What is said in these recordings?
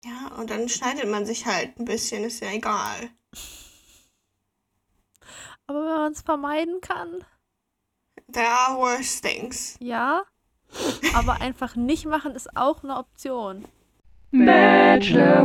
Ja, und dann schneidet man sich halt ein bisschen, ist ja egal. Aber wenn man es vermeiden kann, There are worse things. ja. Aber einfach nicht machen ist auch eine Option. Bachelor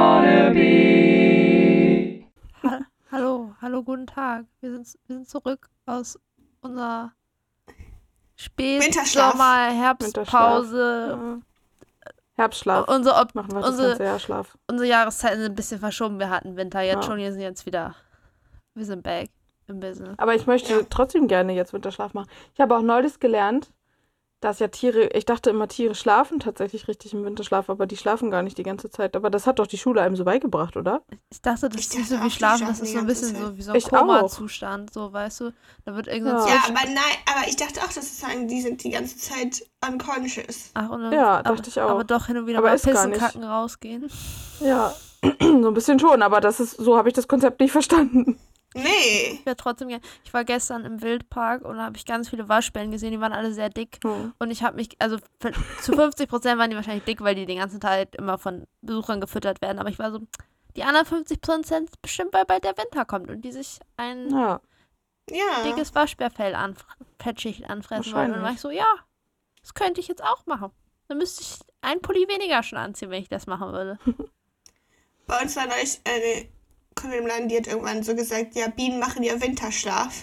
Wannabe. Hallo, guten Tag. Wir sind zurück aus unserer Winterschlaf. Spätsommer-Herbstpause. Ja. Herbstschlaf. Machen wir das ganze Jahr Schlaf. Unsere Jahreszeiten sind ein bisschen verschoben. Wir hatten Winter jetzt Ja. schon, wir sind jetzt wieder. Wir sind back im Business. Aber ich möchte trotzdem gerne jetzt Winterschlaf machen. Ich habe auch neulich gelernt, dass ja Tiere, ich dachte immer, Tiere schlafen tatsächlich richtig im Winterschlaf, aber die schlafen gar nicht die ganze Zeit. Aber das hat doch die Schule einem so beigebracht, oder? Ich dachte, das Ich ist nicht so dachte wie auch, die Schlafen, das schlafen ist die so ein ganze bisschen Zeit. so wie so ein Ich auch. Koma-Zustand, so, weißt du? Da wird irgendein Ja. Ja, aber ich dachte auch, dass sie sagen, die sind die ganze Zeit unconscious. Ach, und dann, Ja, dachte ich auch. Aber doch hin und wieder Aber mal ist gar pissen, nicht. kacken, rausgehen. Ja, so ein bisschen schon, aber das ist, so habe ich das Konzept nicht verstanden. Nee. Ich war gestern im Wildpark und da habe ich ganz viele Waschbären gesehen, die waren alle sehr dick. Hm. Und ich habe mich, also zu 50% waren die wahrscheinlich dick, weil die den ganzen Tag immer von Besuchern gefüttert werden. Aber ich war so, die anderen 50% ist bestimmt, weil bald der Winter kommt und die sich ein Ja, dickes Waschbärfell Fettschicht anfressen wollen. Und dann war ich so, ja, das könnte ich jetzt auch machen. Dann müsste ich einen Pulli weniger schon anziehen, wenn ich das machen würde. Bei uns war neulich eine Kundin im Laden, die hat irgendwann so gesagt, ja, Bienen machen ja Winterschlaf.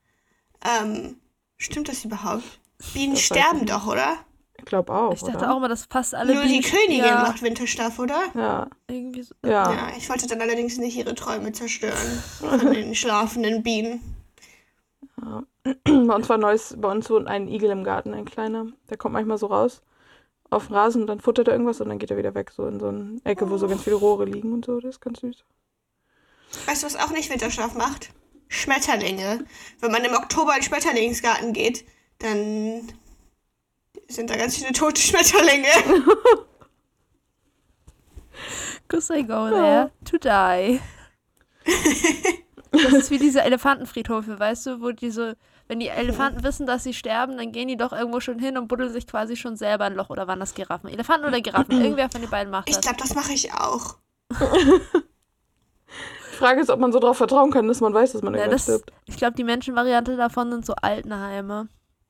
Stimmt das überhaupt? Bienen Das weiß sterben ich nicht. doch, oder? ich glaube auch, Ich dachte oder? auch immer, dass fast alle Nur die Bienen- Königin ja, macht Winterschlaf, oder? Ja, irgendwie so. ja. Ja, ich wollte dann allerdings nicht ihre Träume zerstören von den schlafenden Bienen. Bei uns wohnt ein Igel im Garten, ein kleiner. Der kommt manchmal so raus auf den Rasen und dann futtert er irgendwas und dann geht er wieder weg, so in so eine Ecke, wo so ganz viele Rohre liegen und so. Das ist ganz süß. Weißt du, was auch nicht Winterschlaf macht? Schmetterlinge. Wenn man im Oktober in den Schmetterlingsgarten geht, dann sind da ganz viele tote Schmetterlinge. Cause I go there to die. Das ist wie diese Elefantenfriedhöfe, weißt du, wo die so, wenn die Elefanten wissen, dass sie sterben, dann gehen die doch irgendwo schon hin und buddeln sich quasi schon selber ein Loch. Oder waren das Giraffen? Elefanten oder Giraffen? Irgendwer von den beiden macht Ich das. glaube, das mache ich auch. Die Frage ist, ob man so darauf vertrauen kann, dass man weiß, dass man Ja, irgendwann stirbt. ich glaube, die Menschenvariante davon sind so Altenheime.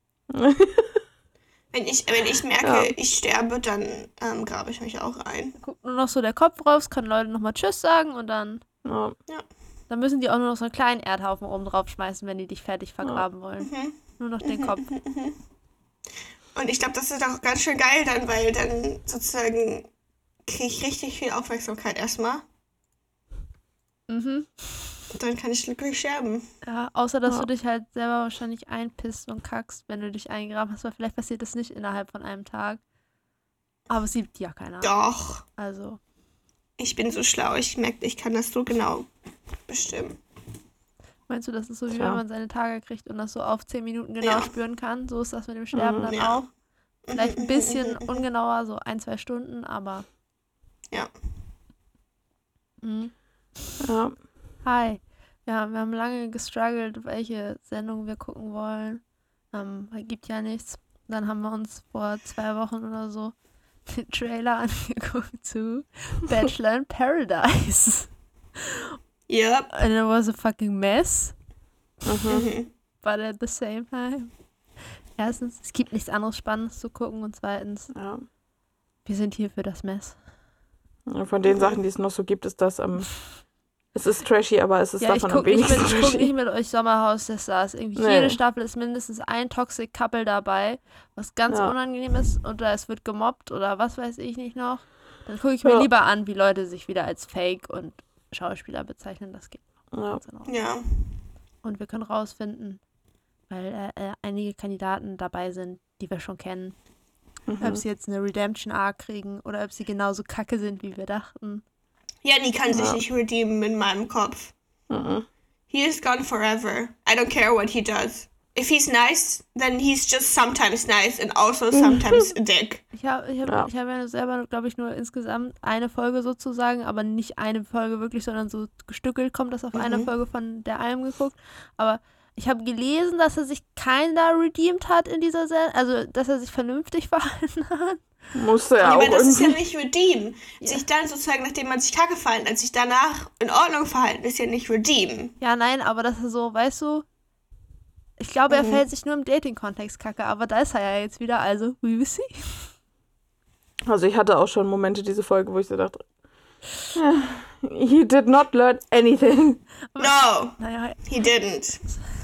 Wenn ich merke, ich sterbe, dann grabe ich mich auch ein. Guckt nur noch so der Kopf raus, kann Leute nochmal Tschüss sagen und dann müssen die auch nur noch so einen kleinen Erdhaufen oben drauf schmeißen, wenn die dich fertig vergraben wollen. Nur noch den Kopf. Und ich glaube, das ist auch ganz schön geil dann, weil dann sozusagen kriege ich richtig viel Aufmerksamkeit erstmal. Mhm. Und dann kann ich glücklich sterben. Ja, außer dass du dich halt selber wahrscheinlich einpisst und kackst, wenn du dich eingraben hast, weil vielleicht passiert das nicht innerhalb von einem Tag. Aber es sieht ja keiner. Doch. Also. Ich bin so schlau. Ich merke, ich kann das so genau bestimmen. Meinst du, das ist so, wie Tja. wenn man seine Tage kriegt und das so auf 10 Minuten genau spüren kann? So ist das mit dem Sterben dann Ja. auch. Vielleicht ein bisschen ungenauer, so 1-2 Stunden, aber. Ja. Mhm. Ja. Hi. Ja, wir haben lange gestruggelt, welche Sendung wir gucken wollen. Gibt ja nichts. Dann haben wir uns vor 2 Wochen oder so den Trailer angeguckt zu Bachelor in Paradise. Yep. And it was a fucking mess, Mhm. but at the same time. Erstens, es gibt nichts anderes Spannendes zu gucken und zweitens, Ja. wir sind hier für das Mess. Ja, von den Sachen, die es noch so gibt, ist das es ist trashy, aber es ist Ja, ich davon am gucke nicht, wenigsten guck trashy. nicht mit euch Sommerhaus des Stars. Irgendwie Nee. jede Staffel ist mindestens ein Toxic Couple dabei, was ganz Ja. unangenehm ist oder es wird gemobbt oder was weiß ich nicht noch. Dann gucke ich mir Ja. lieber an, wie Leute sich wieder als Fake und Schauspieler bezeichnen. Das geht Ja. ganz in Ordnung. Ja. Und wir können rausfinden, weil einige Kandidaten dabei sind, die wir schon kennen. Ob sie jetzt eine Redemption-Arc kriegen oder ob sie genauso kacke sind, wie wir dachten. Janni kann sich Ja. nicht redeemen in meinem Kopf. Mhm. He is gone forever. I don't care what he does. If he's nice, then he's just sometimes nice and also sometimes a dick. Ich hab ja selber, glaube ich, nur insgesamt eine Folge sozusagen, aber nicht eine Folge wirklich, sondern so gestückelt kommt das auf eine Folge von der Alm geguckt. Aber ich habe gelesen, dass er sich keiner redeemed hat in dieser Serie, also dass er sich vernünftig verhalten hat. Musste ja Ich auch meine, das ist ja irgendwie. nicht redeem. Ja. Sich dann sozusagen, nachdem man sich kacke verhalten hat, sich danach in Ordnung verhalten, ist ja nicht redeem. Ja, nein, aber das ist so, weißt du, ich glaube, er fällt sich nur im Dating-Kontext kacke, aber da ist er ja jetzt wieder, also, we will see. Also ich hatte auch schon Momente diese Folge, wo ich so dachte, he did not learn anything. No, Naja, he didn't.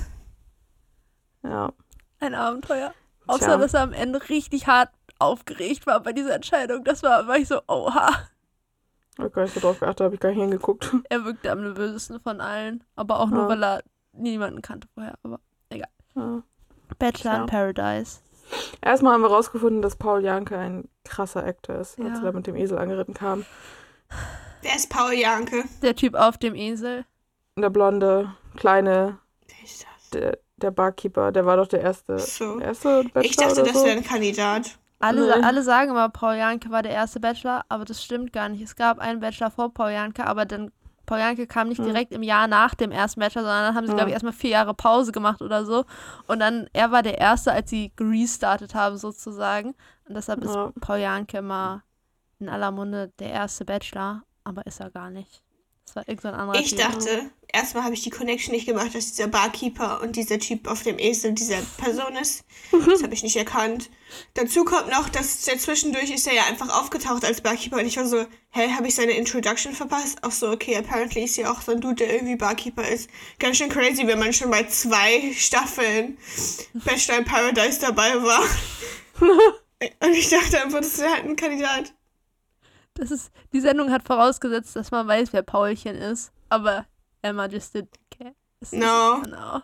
Ja. ein Abenteuer. Tja. Außer, dass er am Ende richtig hart aufgeregt war bei dieser Entscheidung. Das war ich so, oha. Ich hab gar nicht so drauf geachtet, habe ich gar nicht hingeguckt. Er wirkte am nervösesten von allen. Aber auch nur, Ja. weil er niemanden kannte vorher. Aber egal. Ja. Bachelor Tja. in Paradise. Erstmal haben wir rausgefunden, dass Paul Janke ein krasser Actor ist, als Ja. er da mit dem Esel angeritten kam. Wer ist Paul Janke? Der Typ auf dem Esel. Der blonde, kleine, Wer ist das? der Barkeeper, der war doch der erste So. Bachelor Ich dachte, oder das so. wäre ein Kandidat. Alle sagen immer, Paul Janke war der erste Bachelor, aber das stimmt gar nicht. Es gab einen Bachelor vor Paul Janke, aber dann Paul Janke kam nicht direkt im Jahr nach dem ersten Bachelor, sondern dann haben sie, glaube ich, erstmal 4 Jahre Pause gemacht oder so. Und dann, er war der Erste, als sie restartet haben, sozusagen. Und deshalb ist Ja. Paul Janke immer in aller Munde der erste Bachelor, aber ist er gar nicht. Das war irgend so ein anderer Ich Typ. dachte, erstmal habe ich die Connection nicht gemacht, dass dieser Barkeeper und dieser Typ auf dem Esel dieser Person ist. Das habe ich nicht erkannt. Dazu kommt noch, dass der zwischendurch ist er ja einfach aufgetaucht als Barkeeper und ich war so, hä, habe ich seine Introduction verpasst? Ach so, okay, apparently ist ja auch so ein Dude, der irgendwie Barkeeper ist. Ganz schön crazy, wenn man schon bei 2 Staffeln Bachelor in Paradise dabei war. Und ich dachte einfach, das wäre halt ein Kandidat. Die Sendung hat vorausgesetzt, dass man weiß, wer Paulchen ist, aber Emma just didn't care. No. Genau.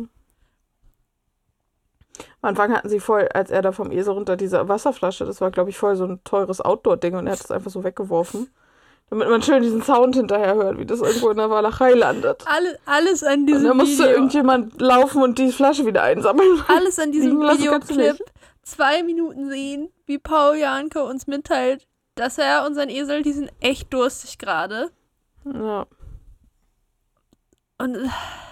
Am Anfang hatten sie voll, als er da vom Esel runter diese Wasserflasche, das war, glaube ich, voll so ein teures Outdoor-Ding und er hat es einfach so weggeworfen. Damit man schön diesen Sound hinterher hört, wie das irgendwo in der Walachei landet. Alles an Und diesem dann musste Video. irgendjemand laufen und die Flasche wieder einsammeln. Alles an diesem Liegen lassen kannst du Videoclip. nicht. 2 Minuten sehen, wie Paul Janke uns mitteilt, dass er und sein Esel, die sind echt durstig gerade. Ja. Und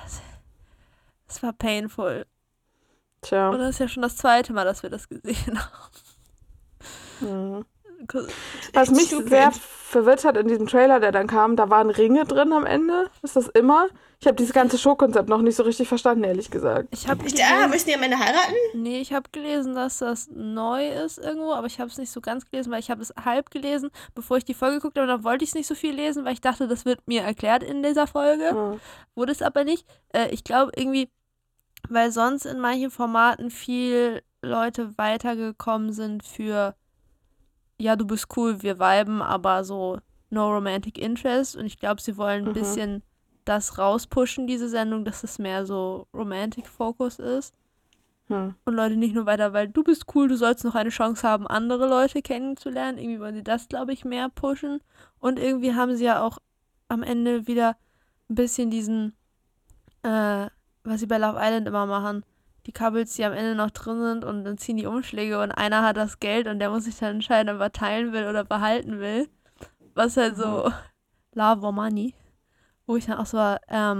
es war painful. Tja. Und das ist ja schon das 2. Mal, dass wir das gesehen haben. Mhm. Was mich stupid. sehr verwirrt hat in diesem Trailer, der dann kam, da waren Ringe drin am Ende. Ist das immer? Ich habe dieses ganze Showkonzept noch nicht so richtig verstanden, ehrlich gesagt. Ich habe Müssen die am Ende heiraten? Nee, ich habe gelesen, dass das neu ist irgendwo, aber ich habe es nicht so ganz gelesen, weil ich habe es halb gelesen, bevor ich die Folge geguckt habe. Dann wollte ich es nicht so viel lesen, weil ich dachte, das wird mir erklärt in dieser Folge. Ja. Wurde es aber nicht. Ich glaube irgendwie, weil sonst in manchen Formaten viel Leute weitergekommen sind für ja, du bist cool, wir viben, aber so no romantic interest. Und ich glaube, sie wollen ein bisschen das rauspushen, diese Sendung, dass es mehr so romantic Focus ist. Und Leute nicht nur weiter, weil du bist cool, du sollst noch eine Chance haben, andere Leute kennenzulernen. Irgendwie wollen sie das, glaube ich, mehr pushen. Und irgendwie haben sie ja auch am Ende wieder ein bisschen diesen, was sie bei Love Island immer machen. Die Couples, die am Ende noch drin sind und dann ziehen die Umschläge und einer hat das Geld und der muss sich dann entscheiden, ob er teilen will oder behalten will. Was halt so Love or Money. Wo ich dann auch so war,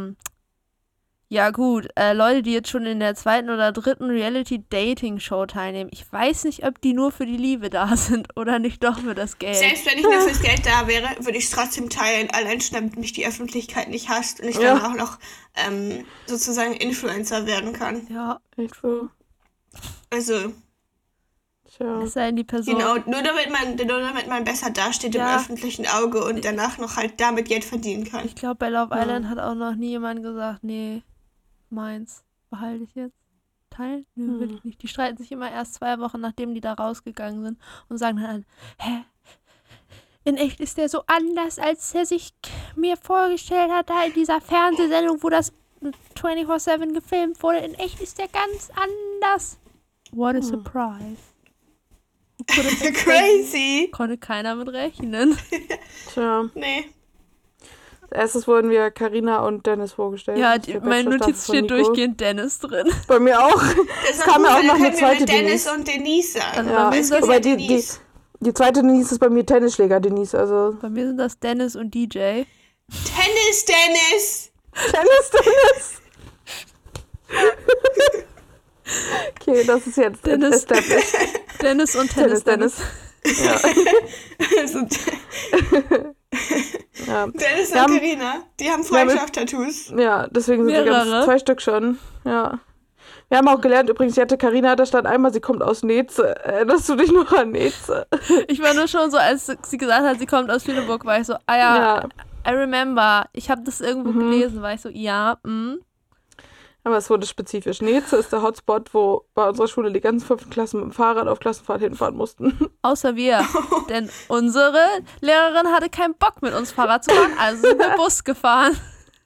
ja gut, Leute, die jetzt schon in der 2. oder 3. Reality-Dating-Show teilnehmen, ich weiß nicht, ob die nur für die Liebe da sind oder nicht doch für das Geld. Selbst wenn ich nur fürs Geld da wäre, würde ich es trotzdem teilen, allein schon damit mich die Öffentlichkeit nicht hasst und ich dann auch noch sozusagen Influencer werden kann. Ja, Echt so. Also, Tja. es sei denn, die Person... genau, nur damit man besser dasteht Ja. im öffentlichen Auge und danach noch halt damit Geld verdienen kann. Ich glaube, bei Love Island hat auch noch nie jemand gesagt, nee, meins, behalte ich jetzt. Teilen? Nö, will ich nicht. Die streiten sich immer erst 2 Wochen, nachdem die da rausgegangen sind und sagen dann, hä? In echt ist der so anders, als er sich mir vorgestellt hat, da in dieser Fernsehsendung, wo das 24/7 gefilmt wurde. In echt ist der ganz anders. What a surprise. Crazy! Konnte keiner mit rechnen. Tja. Nee. Als erstes wurden wir Carina und Dennis vorgestellt. Ja, Das ist die meine Bachelor-Staffel Notiz von steht Nico. durchgehend Dennis drin. Bei mir auch. Das ist kam gut, ja auch weil noch dann eine können wir mit zweite Dennis Denise. und Denise sagen. Also Ja, bei mir ist das wobei Denise. die zweite Denise ist bei mir Tennisschläger Denise, also Bei mir sind das Dennis und DJ. Tennis, Dennis! Dennis. Okay, das ist jetzt Dennis. established. Dennis und Tennis. Dennis. Ja. Also, Ja. Dennis Wir und haben- Carina, die haben Freundschaft-Tattoos. Ja, deswegen sind wir ganz Mehrere. 2 Stück schon. Ja. Wir haben auch gelernt, übrigens, ich hatte Carina, da stand einmal, sie kommt aus Neze. Erinnerst du dich noch an Neze? Ich war nur schon so, als sie gesagt hat, sie kommt aus Lüneburg, war ich so, Ja. I remember. Ich habe das irgendwo gelesen, war ich so, ja, Aber es wurde spezifisch. Neze ist der Hotspot, wo bei unserer Schule die ganzen 5. Klassen mit dem Fahrrad auf Klassenfahrt hinfahren mussten. außer wir. Denn unsere Lehrerin hatte keinen Bock, mit uns Fahrrad zu fahren, also sind wir Bus gefahren.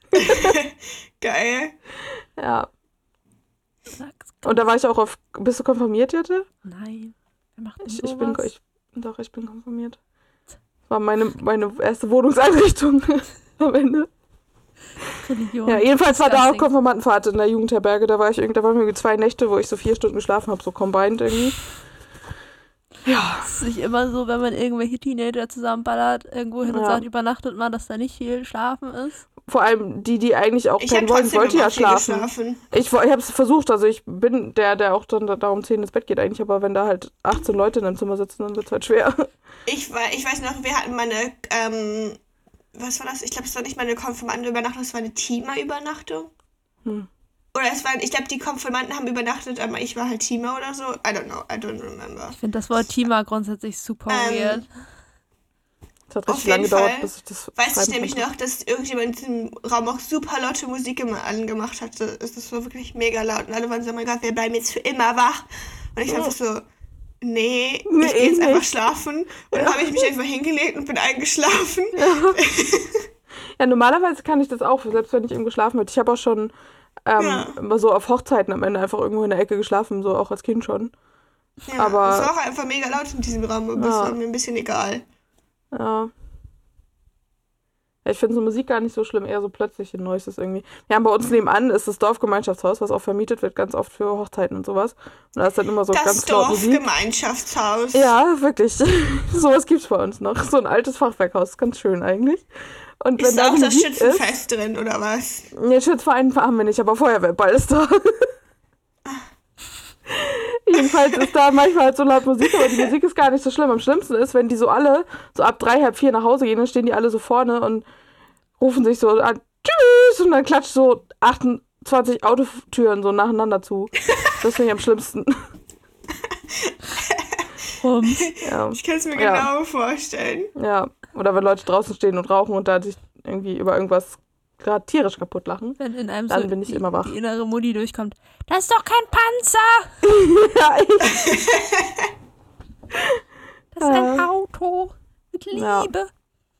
Geil. Ja. Und da war ich auch auf. Bist du konfirmiert, Jette? Nein, wer macht denn Ich sowas? bin konfirmiert. Das war meine erste Wohnungseinrichtung am Ende. Religion. Ja, jedenfalls war da auch Disgusting. Konfirmandenfahrt in der Jugendherberge. Da waren irgendwie 2 Nächte, wo ich so 4 Stunden geschlafen habe, so combined irgendwie. Ja. Es ist nicht immer so, wenn man irgendwelche Teenager zusammenballert, irgendwo hin und Ja. sagt, übernachtet man, dass da nicht viel schlafen ist. Vor allem die eigentlich auch Ich habe pennen wollten, trotzdem wollte immer ja viel schlafen. geschlafen. Ich habe es versucht, also ich bin der auch dann da um 10 ins Bett geht eigentlich, aber wenn da halt 18 Leute in einem Zimmer sitzen, dann wird es halt schwer. Ich weiß noch, wir hatten meine, was war das? Ich glaube, es war nicht meine Konfirmandenübernachtung, es war eine Teamer-Übernachtung. Oder ich glaube, die Konfirmanden haben übernachtet, aber ich war halt Teamer oder so. I don't know, I don't remember. Ich finde das Wort Teamer grundsätzlich super weird. Es hat Auf richtig lange jeden gedauert, Fall bis ich das Weiß ich schreiben nämlich konnte. noch, dass irgendjemand in diesem Raum auch super laute Musik immer angemacht hatte. Das war wirklich mega laut. Und alle waren so, oh mein Gott, wir bleiben jetzt für immer wach. Und ich war einfach so, nee, Nee, ich gehe jetzt nicht. einfach schlafen. Und dann habe ich mich einfach hingelegt und bin eingeschlafen. Ja, normalerweise kann ich das auch, selbst wenn ich eben geschlafen habe. Ich habe auch schon immer so auf Hochzeiten am Ende einfach irgendwo in der Ecke geschlafen, so auch als Kind schon. Ja, Aber- es war auch einfach mega laut in diesem Raum, aber es Ja. war mir ein bisschen egal. Ja. Ja, ich finde so Musik gar nicht so schlimm, eher so plötzliche Noises irgendwie. Wir haben bei uns nebenan ist das Dorfgemeinschaftshaus, was auch vermietet wird, ganz oft für Hochzeiten und sowas. Und da ist dann immer so Das ganz laut Musik. Dorfgemeinschaftshaus. Ja, wirklich. Sowas gibt's bei uns noch. So ein altes Fachwerkhaus, ganz schön eigentlich. Und Ist da da auch die das Musik ist, Schützenfest drin, oder was? nee, Schützverein haben wir nicht, aber Feuerwehrball ist da. Jedenfalls ist da manchmal halt so laut Musik, aber die Musik ist gar nicht so schlimm. Am schlimmsten ist, wenn die so alle so ab 3, halb 4 nach Hause gehen, dann stehen die alle so vorne und rufen sich so an, tschüss, und dann klatscht so 28 Autotüren so nacheinander zu. Das finde ich am schlimmsten. Ja, Ich kann es mir Ja. genau vorstellen. ja. Oder wenn Leute draußen stehen und rauchen und da sich irgendwie über irgendwas gerade tierisch kaputt lachen. Wenn in einem Dann so bin ich die, immer wach. die innere Mutti durchkommt. Das ist doch kein Panzer! Ja, ich. Das ist ein Auto. Mit Ja. Liebe.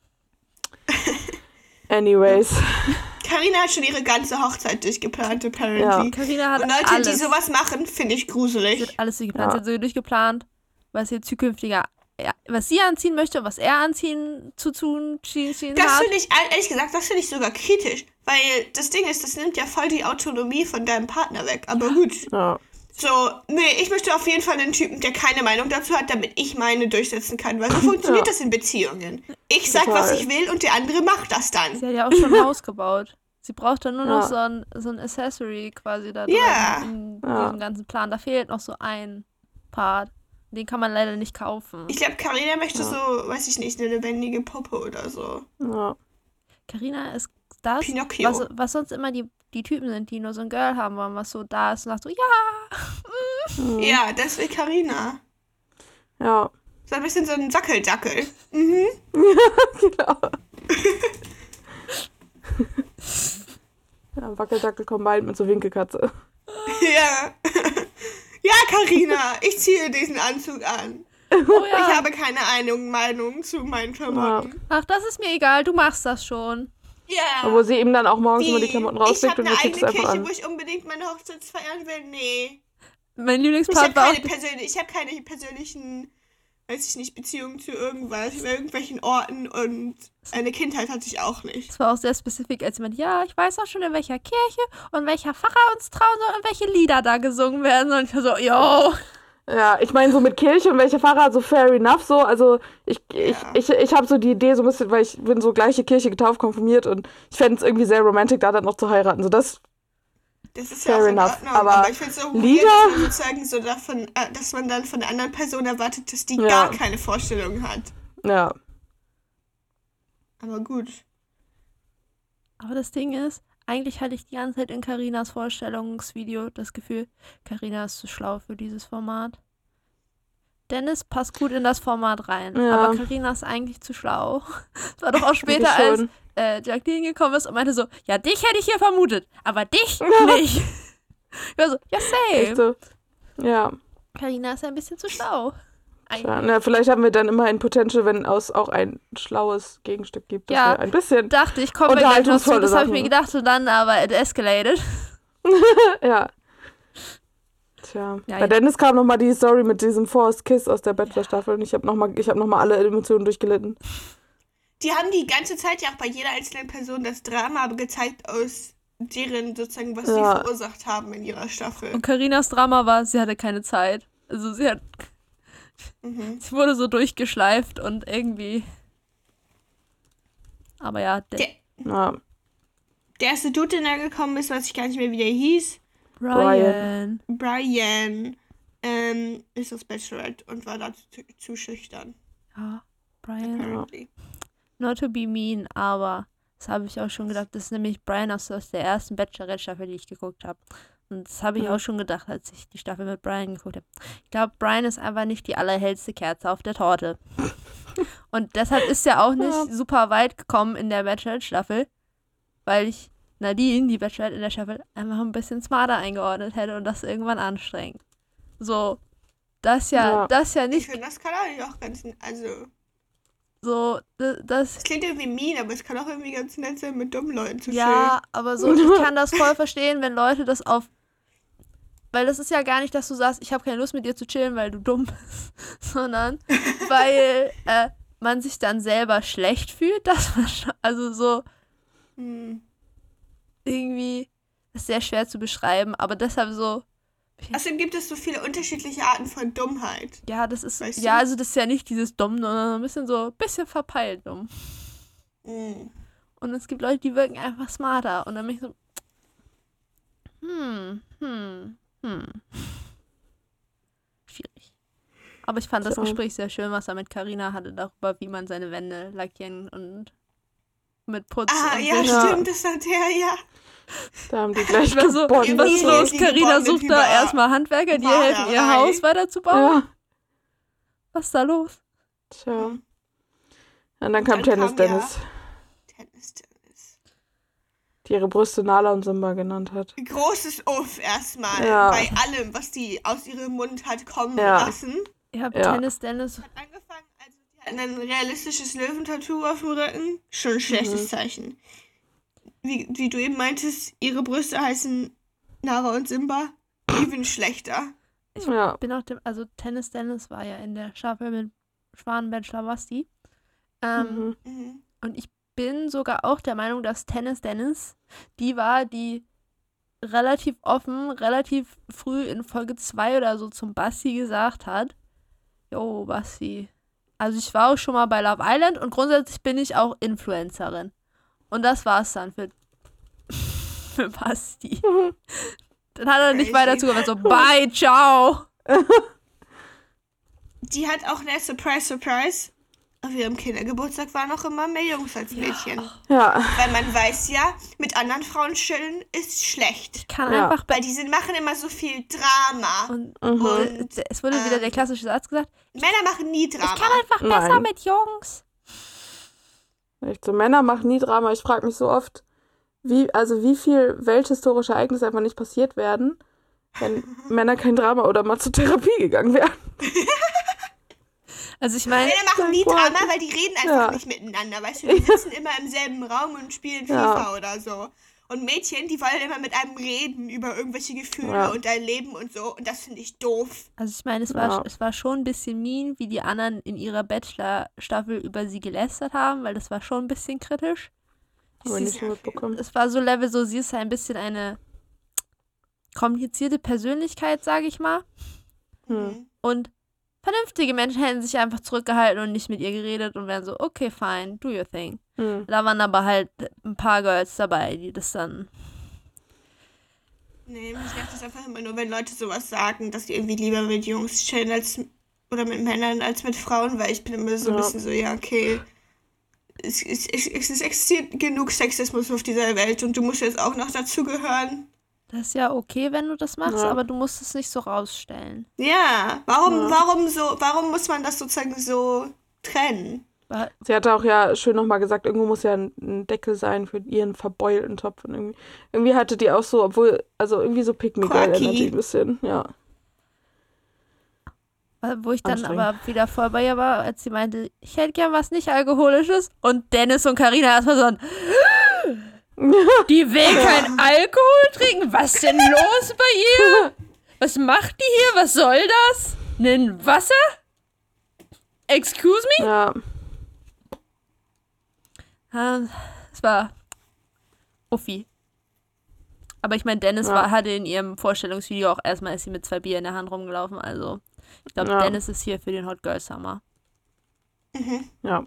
Anyways. Carina hat schon ihre ganze Hochzeit durchgeplant, apparently. Ja. Carina hat Und Leute, die alles. sowas machen, finde ich Sie gruselig. hat alles durchgeplant. Ja. Sie hat so durchgeplant, was ihr zukünftiger, ja, was sie anziehen möchte, was er anziehen zu tun Das hat. finde ich, ehrlich gesagt, das finde ich sogar kritisch. Weil das Ding ist, das nimmt ja voll die Autonomie von deinem Partner weg. Aber gut. Ja. So, nee, ich möchte auf jeden Fall einen Typen, der keine Meinung dazu hat, damit ich meine durchsetzen kann. Weil so funktioniert Ja. das in Beziehungen. Ich sag, Total. was ich will und der andere macht das dann. Sie hat ja auch schon ein Haus gebaut. Sie braucht dann nur noch Ja. so ein Accessory quasi da drin Ja. in Ja. diesem ganzen Plan. Da fehlt noch so ein Part. Den kann man leider nicht kaufen. Ich glaube, Carina möchte Ja. so, weiß ich nicht, eine lebendige Puppe oder so. Ja. Carina ist das, Pinocchio. was sonst immer die Typen sind, die nur so ein Girl haben wollen, was so da ist und sagt so, ja, Ja, das will Carina. Ja. So ein bisschen so ein Wackeldackel. Genau. Ja, Wackeldackel combined mit so Winkelkatze. Ja. Ja, Carina, ich ziehe diesen Anzug an. oh ja. Ich habe keine Meinung zu meinen Klamotten. Ach, das ist mir egal, du machst das schon. Ja. Wo sie eben dann auch morgens immer die Klamotten ich rauslegt habe und eine wir zieht es eigene einfach Kirche, an. wo ich unbedingt meine Hochzeit feiern will. Nee. Mein Ich Lieblingspart habe war auch, keine persönlichen, weiß ich nicht, Beziehungen zu irgendwelchen Orten und eine Kindheit hatte ich auch nicht. das war auch sehr spezifisch, als jemand, ja, ich weiß auch schon, in welcher Kirche und welcher Pfarrer uns trauen soll und welche Lieder da gesungen werden. Und ich war so, yo. Ja, ich meine so mit Kirche und welcher Pfarrer, so fair enough so. Also ich habe so die Idee so ein bisschen, weil ich bin so gleiche Kirche getauft, konfirmiert und ich fände es irgendwie sehr romantic, da dann noch zu heiraten. So das Das ist Fair ja auch in enough, Ordnung, aber ich finde es so Lieder- weird, dass man sozusagen so davon, dass man dann von der anderen Person erwartet, dass die Ja. gar keine Vorstellung hat. Ja. Aber gut. Aber das Ding ist, eigentlich hatte ich die ganze Zeit in Carinas Vorstellungsvideo das Gefühl, Carina ist zu schlau für dieses Format. Dennis passt gut in das Format rein, Ja. aber Carina ist eigentlich zu schlau. Es war doch auch später, als schon. Jacqueline gekommen ist und meinte so, ja, dich hätte ich hier vermutet, aber dich nicht. Ich war so, ja, Echt same. so. Ja. Carina ist ein bisschen zu schlau. Ja, Eigentlich. na, vielleicht haben wir dann immer ein Potential, wenn es auch ein schlaues Gegenstück gibt. dass Ja. wir ein bisschen. Dachte ich, kommen wir gleich noch zu, Unterhaltungsvolle das habe ich mir Sachen. gedacht und dann aber it escalated. Ja. Tja. Ja, Bei ja. Dennis kam nochmal die Story mit diesem Forced Kiss aus der Bachelor-Staffel und ich habe nochmal alle Emotionen durchgelitten. Die haben die ganze Zeit ja auch bei jeder einzelnen Person das Drama gezeigt aus deren sozusagen, was sie Ja. verursacht haben in ihrer Staffel. Und Carinas Drama war, sie hatte keine Zeit. Also sie wurde so durchgeschleift und irgendwie. Aber ja, Ja. Der erste Dude, der da gekommen ist, weiß ich gar nicht mehr, wie der hieß. Brian. Brian ist das Bachelorette und war da zu schüchtern. Ja, Brian. Apparently. Not to be mean, aber das habe ich auch schon gedacht. Das ist nämlich Brian aus der ersten Bachelorette-Staffel, die ich geguckt habe. Und das habe ich auch schon gedacht, als ich die Staffel mit Brian geguckt habe. Ich glaube, Brian ist einfach nicht die allerhellste Kerze auf der Torte. Und deshalb ist er auch nicht super weit gekommen in der Bachelorette-Staffel, weil ich Nadine, die Bachelorette in der Staffel, einfach ein bisschen smarter eingeordnet hätte und das irgendwann anstrengend. So, das ja Ich nicht finde, das kann auch ganz, also, so, das es klingt irgendwie mean, aber es kann auch irgendwie ganz nett sein, mit dummen Leuten zu ja, aber so, ich kann das voll verstehen, wenn Leute das weil das ist ja gar nicht, dass du sagst, ich habe keine Lust mit dir zu chillen, weil du dumm bist, sondern weil man sich dann selber schlecht fühlt, dass man also so chillen. irgendwie ist sehr schwer zu beschreiben, aber deshalb so, Außerdem gibt es so viele unterschiedliche Arten von Dummheit. ja, das ist, Weißt du? ja, also das ist ja nicht dieses dumm, sondern ein bisschen verpeilt dumm. Mhm. Und es gibt Leute, die wirken einfach smarter und dann bin ich so, schwierig. Aber ich fand das Tja. Gespräch sehr schön, was er mit Carina hatte, darüber, wie man seine Wände lackieren und mit Putz und Ja, Wisch. stimmt, das hat der, ja. Da haben die gleich Ich war so, gebondet. was ist los? Die Carina gebondet sucht da über erstmal Handwerker, die ihr helfen, ihr Malerei. Haus weiterzubauen. Ja. Was ist da los? Tja. Mhm. Und dann kam Tennis kam Dennis, Tennis. die ihre Brüste Nala und Simba genannt hat. Großes Uff erstmal Ja. bei allem, was die aus ihrem Mund hat kommen Ja. lassen. Ich habe Ja. Tennis Dennis. Hat angefangen, also die hatten ein realistisches Löwentattoo auf dem Rücken. Schon ein schlechtes Zeichen. Wie du eben meintest, ihre Brüste heißen Nara und Simba. Even schlechter. Ja. Bin auch also Tennis Dennis war ja in der Staffel mit Schwanenbachelor Basti. Mhm. Mhm. Und ich bin sogar auch der Meinung, dass Tennis Dennis die war, die relativ offen, relativ früh in Folge 2 oder so zum Basti gesagt hat, jo, Basti. Also ich war auch schon mal bei Love Island und grundsätzlich bin ich auch Influencerin. Und das war's dann für Basti. Dann hat er nicht Crazy. weiter zugehört, so, bye, ciao. Die hat auch eine Surprise. Auf ihrem Kindergeburtstag waren noch immer mehr Jungs als Mädchen. Ja. Weil man weiß ja, mit anderen Frauen chillen ist schlecht. Kann Ja. einfach Weil die machen immer so viel Drama. und Und es wurde wieder der klassische Satz gesagt, Männer machen nie Drama. ich kann einfach besser Nein. mit Jungs. Echt so, Männer machen nie Drama. Ich frage mich so oft, wie viel welthistorische Ereignisse einfach nicht passiert werden, wenn Männer kein Drama oder mal zur Therapie gegangen wären. Also ich meine, Männer machen nie Boah. Drama, weil die reden einfach Ja. nicht miteinander. Weißt du, die sitzen immer im selben Raum und spielen Ja. FIFA oder so. Und Mädchen, die wollen immer mit einem reden über irgendwelche Gefühle Ja. und dein Leben und so. Und das finde ich doof. es war schon ein bisschen mean, wie die anderen in ihrer Bachelor-Staffel über sie gelästert haben, weil das war schon ein bisschen kritisch. Aber nicht so mitbekommen. Es war so Level, so sie ist ein bisschen eine komplizierte Persönlichkeit, sage ich mal. Mhm. Und vernünftige Menschen hätten sich einfach zurückgehalten und nicht mit ihr geredet und wären so, okay, fine, do your thing. Hm. Da waren aber halt ein paar Girls dabei, die das dann Nee, mich nervt das einfach immer nur, wenn Leute sowas sagen, dass sie irgendwie lieber mit Jungs chillen oder mit Männern als mit Frauen, weil ich bin immer so ein bisschen so, ja, okay, es existiert genug Sexismus auf dieser Welt und du musst jetzt auch noch dazugehören. Das ist ja okay, wenn du das machst, Ja. aber du musst es nicht so rausstellen. Ja, warum muss man das sozusagen so trennen? Weil, Sie hatte auch ja schön nochmal gesagt, irgendwo muss ja ein Deckel sein für ihren verbeulten Topf. Und irgendwie hatte die auch so, obwohl, also irgendwie so Pick-me-Girl-Energy ein bisschen, ja. wo ich dann Anstrengend. aber wieder voll bei ihr war, als sie meinte, ich hätte gern was nicht Alkoholisches. Und Dennis und Carina erstmal so ein, die will kein Alkohol trinken? Was denn los bei ihr? Was macht die hier? Was soll das? Nen Wasser? Excuse me? Ja, Es war Uffi. Aber ich meine, Dennis Ja. hatte in ihrem Vorstellungsvideo auch erstmal ist sie mit 2 Bier in der Hand rumgelaufen. Also ich glaube, Ja. Dennis ist hier für den Hot Girl Summer. ja.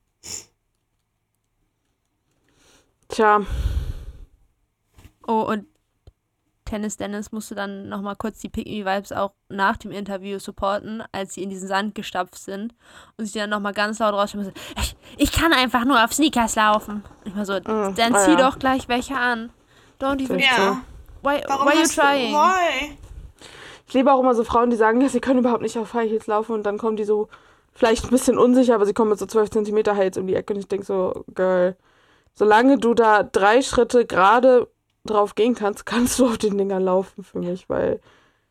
Tja, Oh, und Dennis musste dann nochmal kurz die Pick-Me-Vibes auch nach dem Interview supporten, als sie in diesen Sand gestapft sind und sich dann nochmal ganz laut rausschreiben musste, ich kann einfach nur auf Sneakers laufen. Und ich war so, dann zieh ja. doch gleich welche an. Don't even, Echt Ja, why warum you hast du, trying? why? ich liebe auch immer so Frauen, die sagen, ja, sie können überhaupt nicht auf High Heels laufen und dann kommen die so, vielleicht ein bisschen unsicher, aber sie kommen mit so 12 Zentimeter High Heels um die Ecke und ich denke so, Girl, solange du da 3 Schritte gerade drauf gehen kannst, kannst du auf den Dingern laufen für mich, weil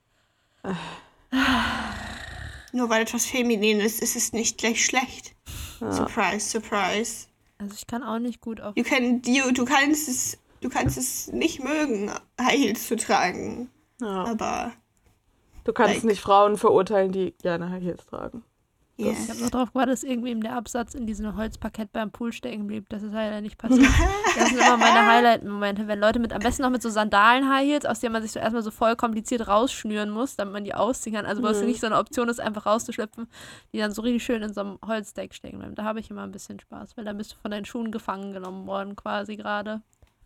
Nur weil etwas feminin ist es nicht gleich schlecht. Surprise, surprise. Also ich kann auch nicht gut auf... Du kannst es nicht mögen, High Heels zu tragen. ja, Aber, du kannst like- nicht Frauen verurteilen, die gerne High Heels tragen. yeah. Ich habe noch drauf gewartet, dass irgendwem der Absatz in diesem Holzparkett beim Pool stecken blieb. Das ist leider nicht passiert. Das sind immer meine Highlight-Momente, wenn Leute am besten noch mit so Sandalen-High Heels, aus denen man sich so erstmal so voll kompliziert rausschnüren muss, damit man die ausziehen kann. Also wo es nicht so eine Option ist, einfach rauszuschlüpfen, die dann so richtig schön in so einem Holzdeck stecken bleiben. Da habe ich immer ein bisschen Spaß, weil dann bist du von deinen Schuhen gefangen genommen worden quasi gerade.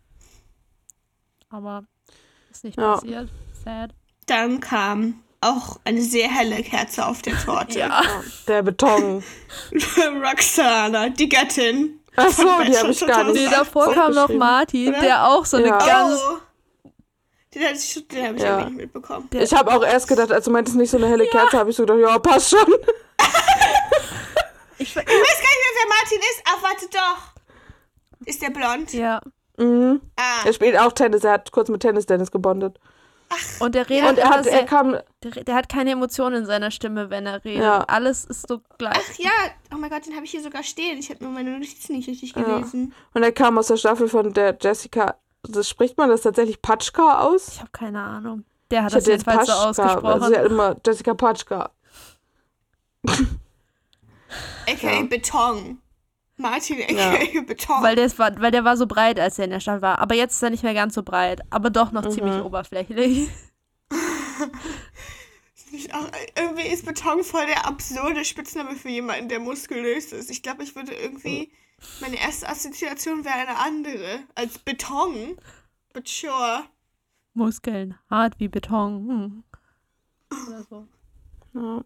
Aber ist nicht Ja. passiert. Sad. Dann kam auch eine sehr helle Kerze auf der Torte. Ja. Der Beton. Roxana, die Göttin. Achso, die habe ich gar Nee, nicht. davor kam noch aufgeschrieben. Martin, Oder? der auch so eine Ja. ganz... Den habe ich Ja. ja nicht mitbekommen. Ich habe auch erst gedacht, als du meintest, nicht so eine helle Kerze, habe ich so gedacht, ja, passt schon. Ich weiß gar nicht mehr, wer Martin ist. Ach, warte doch. Ist der blond? Ja. Mhm. Ah, Er spielt auch Tennis, er hat kurz mit Tennis gespielt. Und der redet Und immer sehr, kam, der hat keine Emotionen in seiner Stimme, wenn er redet. Ja. Alles ist so gleich. ach ja, oh mein Gott, den habe ich hier sogar stehen. Ich habe nur meine Notizen nicht richtig gelesen. und er kam aus der Staffel von der Jessica, spricht man das tatsächlich Patschka aus? Ich habe keine Ahnung. Der hat Ich das hätte jetzt jedenfalls so Patschka, ausgesprochen. also sie hat immer Jessica Patschka. A.k.a. Beton. Martin a.k.a. Beton. weil der war so breit, als er in der Stadt war. Aber jetzt ist er nicht mehr ganz so breit. Aber doch noch ziemlich oberflächlich. Irgendwie ist Beton voll der absurde Spitzname für jemanden, der muskulös ist. Ich glaube, ich würde irgendwie... Meine erste Assoziation wäre eine andere. Als Beton. But sure. Muskeln, hart wie Beton. Oder so. Ja.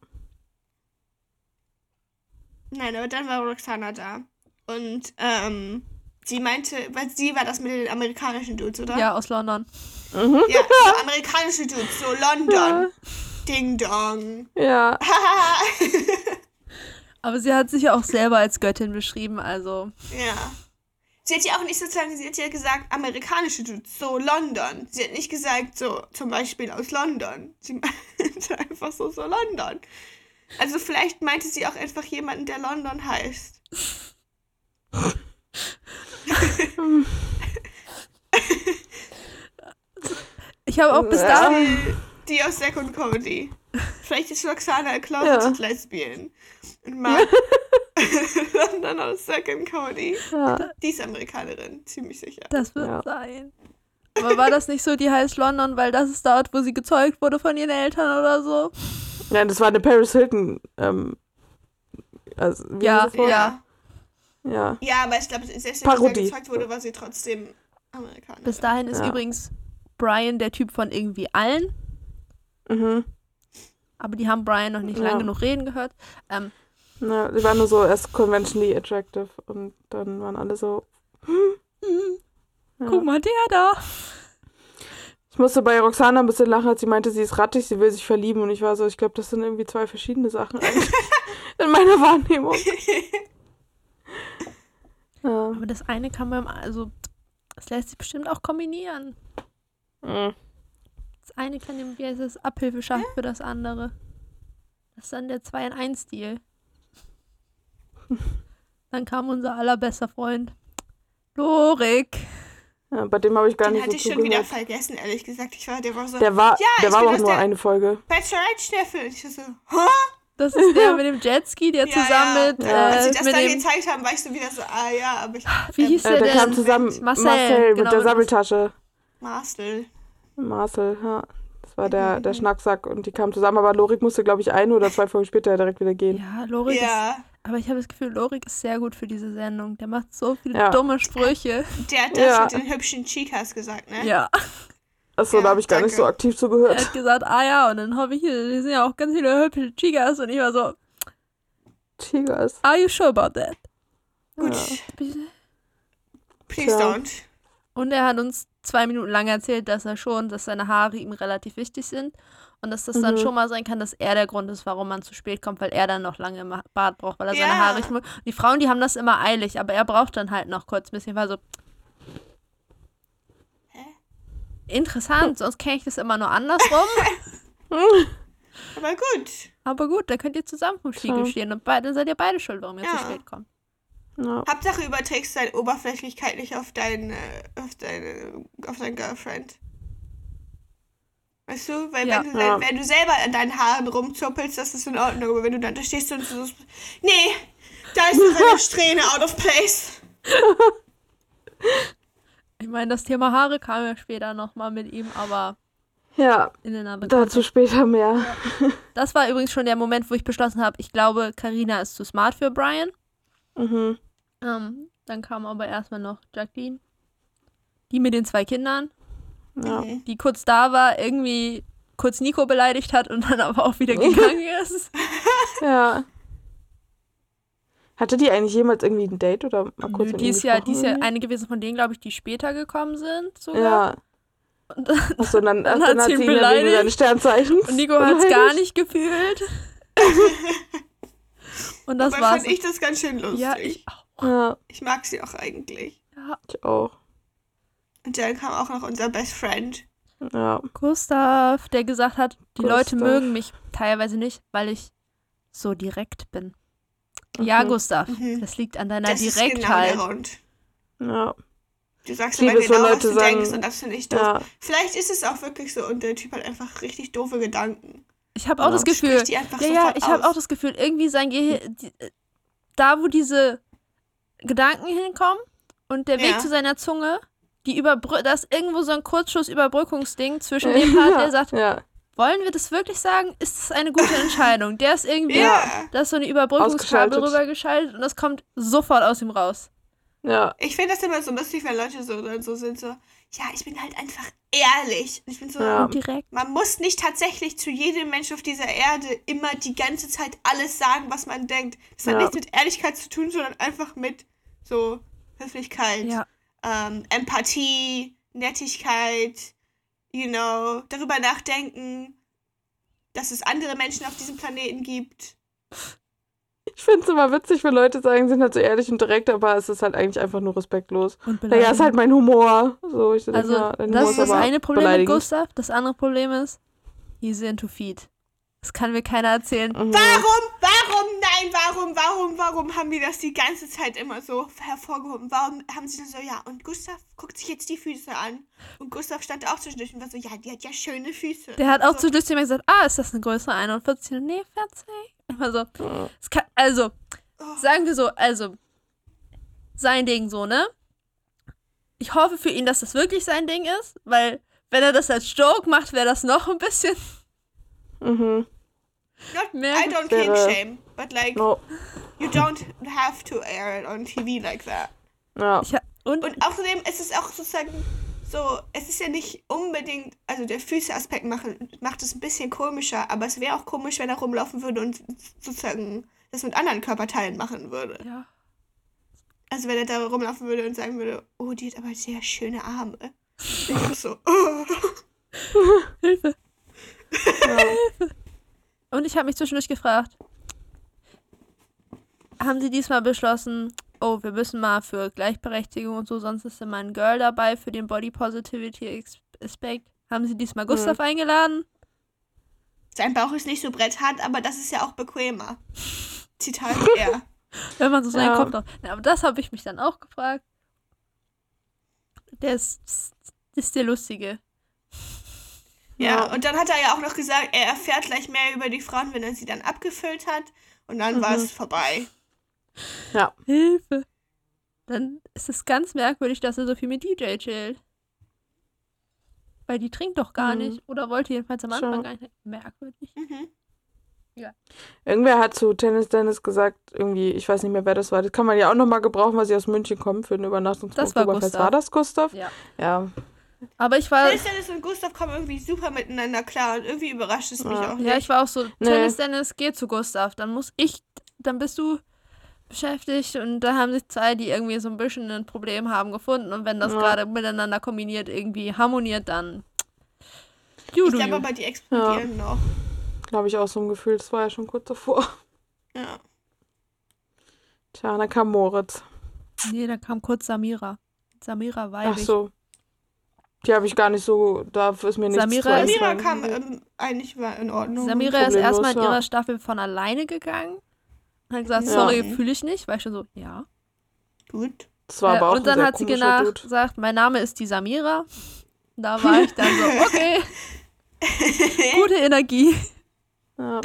Nein, aber dann war Roxana da. Und sie meinte, weil sie war das mit den amerikanischen Dudes, oder? Ja, aus London. Ja, so amerikanische Dudes, so London. Ding Dong. Ja, Aber sie hat sich ja auch selber als Göttin beschrieben, also. Ja. Sie hat ja auch nicht sozusagen, sie hat ja gesagt, amerikanische Dudes, so London. Sie hat nicht gesagt, so zum Beispiel aus London. Sie meinte einfach so London. Also vielleicht meinte sie auch einfach jemanden, der London heißt. Ich habe auch bis dahin. Die aus Second Comedy. Vielleicht ist Roxana a closeted lesbian. Und mag London aus Second Comedy. ja. Die ist Amerikanerin, ziemlich sicher. Das wird Ja. sein. Aber war das nicht so, die heißt London, weil das ist dort, wo sie gezeugt wurde von ihren Eltern oder so? Nein, das war eine Paris Hilton. Also, wie Ja, heißt das Wort? ja. Ja. Ja, aber ich glaube, selbst wenn sie Parodie. gezeugt wurde, war sie trotzdem Amerikanerin. Bis dahin ist Ja. übrigens Brian der Typ von irgendwie allen. Mhm. Aber die haben Brian noch nicht lang genug reden gehört. Ja, die waren nur so erst conventionally attractive und dann waren alle so. Ja. Guck mal, der da. Ich musste bei Roxana ein bisschen lachen, als sie meinte, sie ist rattig, sie will sich verlieben. Und ich war so, ich glaube, das sind irgendwie 2 verschiedene Sachen eigentlich in meiner Wahrnehmung. Ja. Aber das eine kann man, also, das lässt sich bestimmt auch kombinieren. Mhm. Das eine kann dem, wie heißt das, Abhilfe schaffen für das andere. Das ist dann der 2-in-1-Deal. Dann kam unser allerbester Freund, Lorik. Ja, bei dem habe ich gar Den nicht hatte so ich schon wieder zugehört. vergessen, ehrlich gesagt. Der war so, Der war ich bin aber auch das nur der eine Folge. Bachelorette-Staffel. Und ich war so, hä? Das ist der mit dem Jetski, der zusammen mit, Als sie das mit dann dem, gezeigt haben, war ich so wieder so, ja, aber ich... wie hieß der Der denn? kam zusammen, Marcel, mit genau, der mit Sabbeltasche. Marcel. Marcel, ja. Das war der Schnacksack und die kamen zusammen, aber Lorik musste, glaube ich, 1 oder 2 Folgen später direkt wieder gehen. Ja, Lorik Ja. ist, aber ich habe das Gefühl, Lorik ist sehr gut für diese Sendung. Der macht so viele Ja. dumme Sprüche. Der hat das Ja. mit den hübschen Chicas gesagt, ne? Ja. Achso, Ja, da habe ich gar nicht danke. so aktiv Er zugehört. hat gesagt, ja, und dann hoffe ich, hier sind ja auch ganz viele hübsche Chicas. Und ich war so, Tigers. are you sure about that? Gut, Bitte? please Tja. don't. Und er hat uns 2 Minuten lang erzählt, dass seine Haare ihm relativ wichtig sind. Und dass das dann schon mal sein kann, dass er der Grund ist, warum man zu spät kommt, weil er dann noch lange im Bad braucht, weil er seine Ja. Haare richten muss. Die Frauen, die haben das immer eilig, aber er braucht dann halt noch kurz ein bisschen. Ich war so, interessant, sonst kenne ich das immer nur andersrum. Aber gut. Aber gut, dann könnt ihr zusammen vom Spiegel Ja. stehen und dann seid ihr beide schuld, warum ihr Ja. zu spät kommt. Ja. Hauptsache überträgst deine Oberflächlichkeit nicht auf dein Girlfriend. Weißt du? Weil Ja. wenn du selber an deinen Haaren rumzuppelst, das ist in Ordnung. Aber wenn du dann da stehst und so, nee, da ist noch eine Strähne out of place. Ich meine, das Thema Haare kam ja später nochmal mit ihm, aber Ja, in den anderen. dazu später mehr. Das war übrigens schon der Moment, wo ich beschlossen habe, ich glaube, Carina ist zu smart für Brian. Mhm. Dann kam aber erstmal noch Jacqueline. Die mit den 2 Kindern, Ja. die kurz da war, irgendwie kurz Nico beleidigt hat und dann aber auch wieder gegangen ist. Ja. Hatte die eigentlich jemals irgendwie ein Date oder mal kurz Nö, mit die ihm ist ja gesprochen? eine gewesen von denen, glaube ich, die später gekommen sind sogar. Ja. Und dann, Achso, dann Dann hat hat sie sie ihn ihn ja wegen beleidigt. seines Sternzeichens. und Nico hat es gar nicht gefühlt. Und das Aber war's. fand ich das ganz schön lustig. Ja, ich auch. Ja, Ich mag sie auch eigentlich. Ja. ich auch. Und dann kam auch noch unser Best Friend. Ja. Gustav, der gesagt hat, die Leute Gustav. mögen mich teilweise nicht, weil ich so direkt bin. Ja, Gustav, das liegt an deiner Das ist genau der Direktheit. Grund. Ja. Du sagst Ich liebe aber es, wenn genau, was Leute du sagen- denkst und das finde ich doof. Ja. Vielleicht ist es auch wirklich so und der Typ hat einfach richtig doofe Gedanken. Ich habe auch Ja. das Gefühl, Spricht die einfach ja, sofort ich habe aus. auch das Gefühl, irgendwie sein Gehirn, da wo diese Gedanken hinkommen und der Weg Ja. zu seiner Zunge, da ist irgendwo so ein Kurzschluss-Überbrückungsding zwischen dem Part, der sagt, Ja. wollen wir das wirklich sagen? Ist das eine gute Entscheidung? Der ist irgendwie, Ja. da ist so eine Überbrückungskabel Ausgeschaltet. rübergeschaltet und das kommt sofort aus ihm raus. Ja. Ich finde das immer so lustig, wenn Leute so sind, so, ja, ich bin halt einfach ehrlich. Und ich bin so, Ja. Und direkt. man muss nicht tatsächlich zu jedem Menschen auf dieser Erde immer die ganze Zeit alles sagen, was man denkt. Das hat Ja. nichts mit Ehrlichkeit zu tun, sondern einfach mit so Höflichkeit, Ja. Empathie, Nettigkeit, darüber nachdenken, dass es andere Menschen auf diesem Planeten gibt. Ich finde es immer witzig, wenn Leute sagen, sie sind halt so ehrlich und direkt, aber es ist halt eigentlich einfach nur respektlos. Und Naja, ist halt mein Humor. So, ich denke, Also, ja, dein das Humor ist das aber eine Problem mit beleidigend. Gustav. Das andere Problem ist, he's into feet. Das kann mir keiner erzählen. Mhm. Warum haben die das die ganze Zeit immer so hervorgehoben? Warum haben sie dann so, ja, und Gustav guckt sich jetzt die Füße an. Und Gustav stand auch zwischendurch und war so, ja, die hat ja schöne Füße. Der hat auch so, zwischendurch zu mir gesagt, ist das eine größere 41? Nee, 40. Also, es kann, sagen wir so, sein Ding so, ne? Ich hoffe für ihn, dass das wirklich sein Ding ist, weil, wenn er das als Joke macht, wäre das noch ein bisschen Mhm. mehr. I don't wäre- kink shame, but like, No. you don't have to air it on TV like that. Ja. Und Und außerdem ist es auch sozusagen so, es ist ja nicht unbedingt, also der Füße-Aspekt macht es ein bisschen komischer, aber es wäre auch komisch, wenn er rumlaufen würde und sozusagen das mit anderen Körperteilen machen würde. Ja. Also wenn er da rumlaufen würde und sagen würde, oh, die hat aber sehr schöne Arme. Ich auch so, oh. Hilfe. Und ich habe mich zwischendurch gefragt, haben sie diesmal beschlossen, oh, wir müssen mal für Gleichberechtigung und so, sonst ist immer ein Girl dabei für den Body Positivity Aspekt. Haben sie diesmal Gustav eingeladen? Sein Bauch ist nicht so bretthart, aber das ist ja auch bequemer. Zitat er. Wenn man so seinen Kopf drauf. Ja, aber das habe ich mich dann auch gefragt. Der ist der Lustige. Ja, und dann hat er ja auch noch gesagt, er erfährt gleich mehr über die Frauen, wenn er sie dann abgefüllt hat. Und dann war es vorbei. Ja. Hilfe. Dann ist es ganz merkwürdig, dass er so viel mit DJ chillt. Weil die trinkt doch gar nicht. Oder wollte jedenfalls am Anfang gar nicht. Merkwürdig. Ja. Irgendwer hat zu Tennis Dennis gesagt, irgendwie, ich weiß nicht mehr, wer das war. Das kann man ja auch nochmal gebrauchen, weil sie aus München kommen für eine Übernachtung zum Das war Oktoberfest. Gustav. War das Gustav? Ja. Ja. Aber ich war. Tennis Dennis und Gustav kommen irgendwie super miteinander klar und irgendwie überrascht es mich auch nicht. Ja, ich war auch so, Tennis Dennis, geh zu Gustav. Dann bist du beschäftigt und da haben sich zwei, die irgendwie so ein bisschen ein Problem haben, gefunden. Und wenn das gerade miteinander kombiniert, irgendwie harmoniert, dann. Ich glaube aber, die explodieren noch. Glaube ich auch so ein Gefühl. Das war ja schon kurz davor. Ja. Tja, dann kam Moritz. Nee, da kam kurz Samira. Samira weibig. Ach so. Die habe ich gar nicht so, da ist mir nichts Samira zu Samira einfallen. kam eigentlich war in Ordnung. Samira ist erstmal in ja. ihrer Staffel von alleine gegangen. Hat gesagt, sorry, fühle ich nicht. War ich schon so, ja. Gut. Das war aber auch und dann ein sehr hat sie komischer Dude. gesagt, mein Name ist die Samira. Da war ich dann so, okay. Gute Energie. Ja.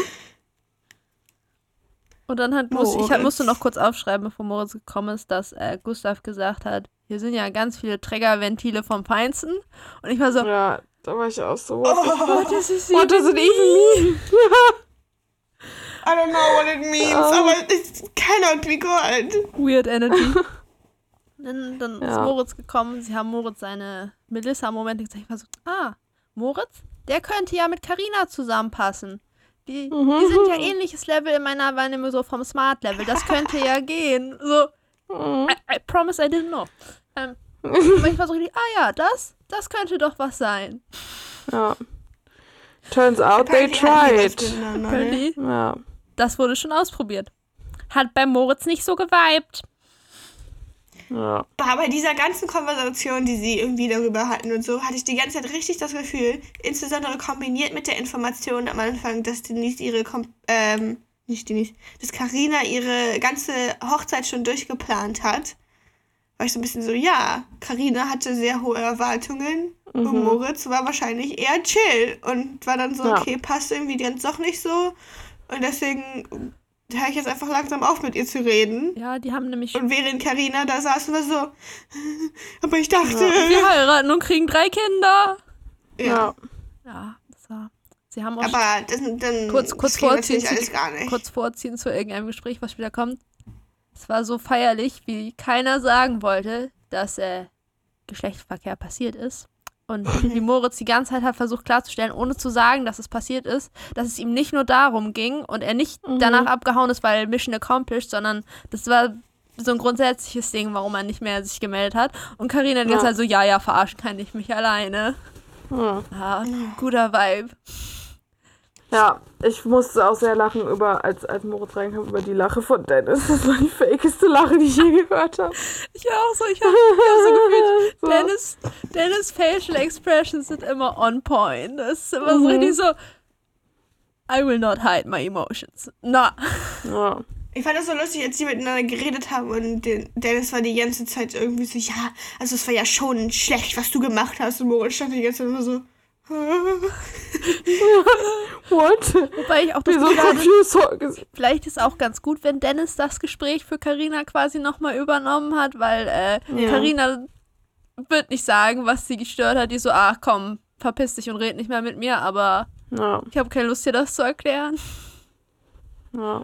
Und dann musste noch kurz aufschreiben, bevor Moritz gekommen ist, dass Gustav gesagt hat, hier sind ja ganz viele Trägerventile vom Feinsten. Und ich war so, Ja, da war ich auch so, what does it even mean? I don't know what it means, aber it cannot be good. Weird Energy. Dann ist Moritz gekommen, sie haben Moritz seine Melissa-Momente gezeigt. Ich war so, Moritz, der könnte ja mit Carina zusammenpassen. Die sind ja ähnliches Level in meiner Wahrnehmung, so vom Smart-Level. Das könnte ja gehen. So, I promise I didn't know. Aber ich war so richtig, das könnte doch was sein. Ja. Turns out they tried. Apparently. Ja. Das wurde schon ausprobiert. Hat bei Moritz nicht so geweibt. Ja. Aber bei dieser ganzen Konversation, die sie irgendwie darüber hatten und so, hatte ich die ganze Zeit richtig das Gefühl, insbesondere kombiniert mit der Information am Anfang, dass dass Carina ihre ganze Hochzeit schon durchgeplant hat. War ich so ein bisschen so, ja, Carina hatte sehr hohe Erwartungen und Moritz war wahrscheinlich eher chill und war dann so, okay, passt irgendwie ganz doch nicht so und deswegen höre ich jetzt einfach langsam auf, mit ihr zu reden. Ja, die haben nämlich... Und während Carina da saß, war so, aber ich dachte... Wir heiraten und kriegen 3 Kinder. Ja. Ja, das war... Sie haben auch aber dann kurz vorziehen, alles gar nicht. kurz vorziehen zu irgendeinem Gespräch, was wieder kommt. Es war so feierlich, wie keiner sagen wollte, dass Geschlechtsverkehr passiert ist. Und wie Moritz die ganze Zeit hat versucht klarzustellen, ohne zu sagen, dass es passiert ist, dass es ihm nicht nur darum ging und er nicht danach abgehauen ist, weil Mission accomplished, sondern das war so ein grundsätzliches Ding, warum er nicht mehr sich gemeldet hat. Und Carina die ganze Zeit so, ja, verarschen kann ich mich alleine. Ja, guter Vibe. Ja, ich musste auch sehr lachen als Moritz reinkam, über die Lache von Dennis. Das war die fakeste Lache, die ich je gehört habe. Ich auch so, ich hab so gefühlt, Dennis Facial Expressions sind immer on point. Das ist immer so richtig so, I will not hide my emotions. Na. Ja. Ich fand das so lustig, als sie miteinander geredet haben und Dennis war die ganze Zeit irgendwie so, ja, also es war ja schon schlecht, was du gemacht hast. Und Moritz stand die ganze Zeit immer so, What? Wobei ich auch das Gefühl hatte, vielleicht ist auch ganz gut, wenn Dennis das Gespräch für Carina quasi nochmal übernommen hat, weil Carina wird nicht sagen, was sie gestört hat. Die so, ach komm, verpiss dich und red nicht mehr mit mir, aber ich habe keine Lust, dir das zu erklären. Ja.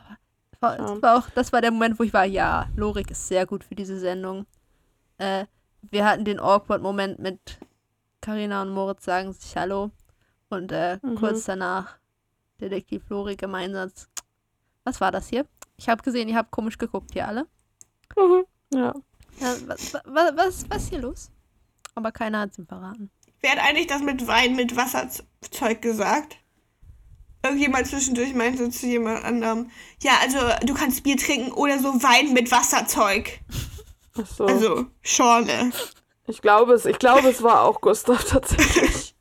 Das war der Moment, wo ich war, ja, Lorik ist sehr gut für diese Sendung. wir hatten den Awkward-Moment mit Carina und Moritz sagen sich Hallo. Und kurz danach Detektiv Lorik im Einsatz. Was war das hier? Ich habe gesehen, ihr habt komisch geguckt hier alle. Ja. Ja, was ist hier los? Aber keiner hat es ihm verraten. Wer hat eigentlich das mit Wein mit Wasserzeug gesagt? Irgendjemand zwischendurch meinte zu jemand anderem, ja, also du kannst Bier trinken oder so Wein mit Wasserzeug. Ach so. Also Schorle. Ich glaube, es war auch Gustav tatsächlich.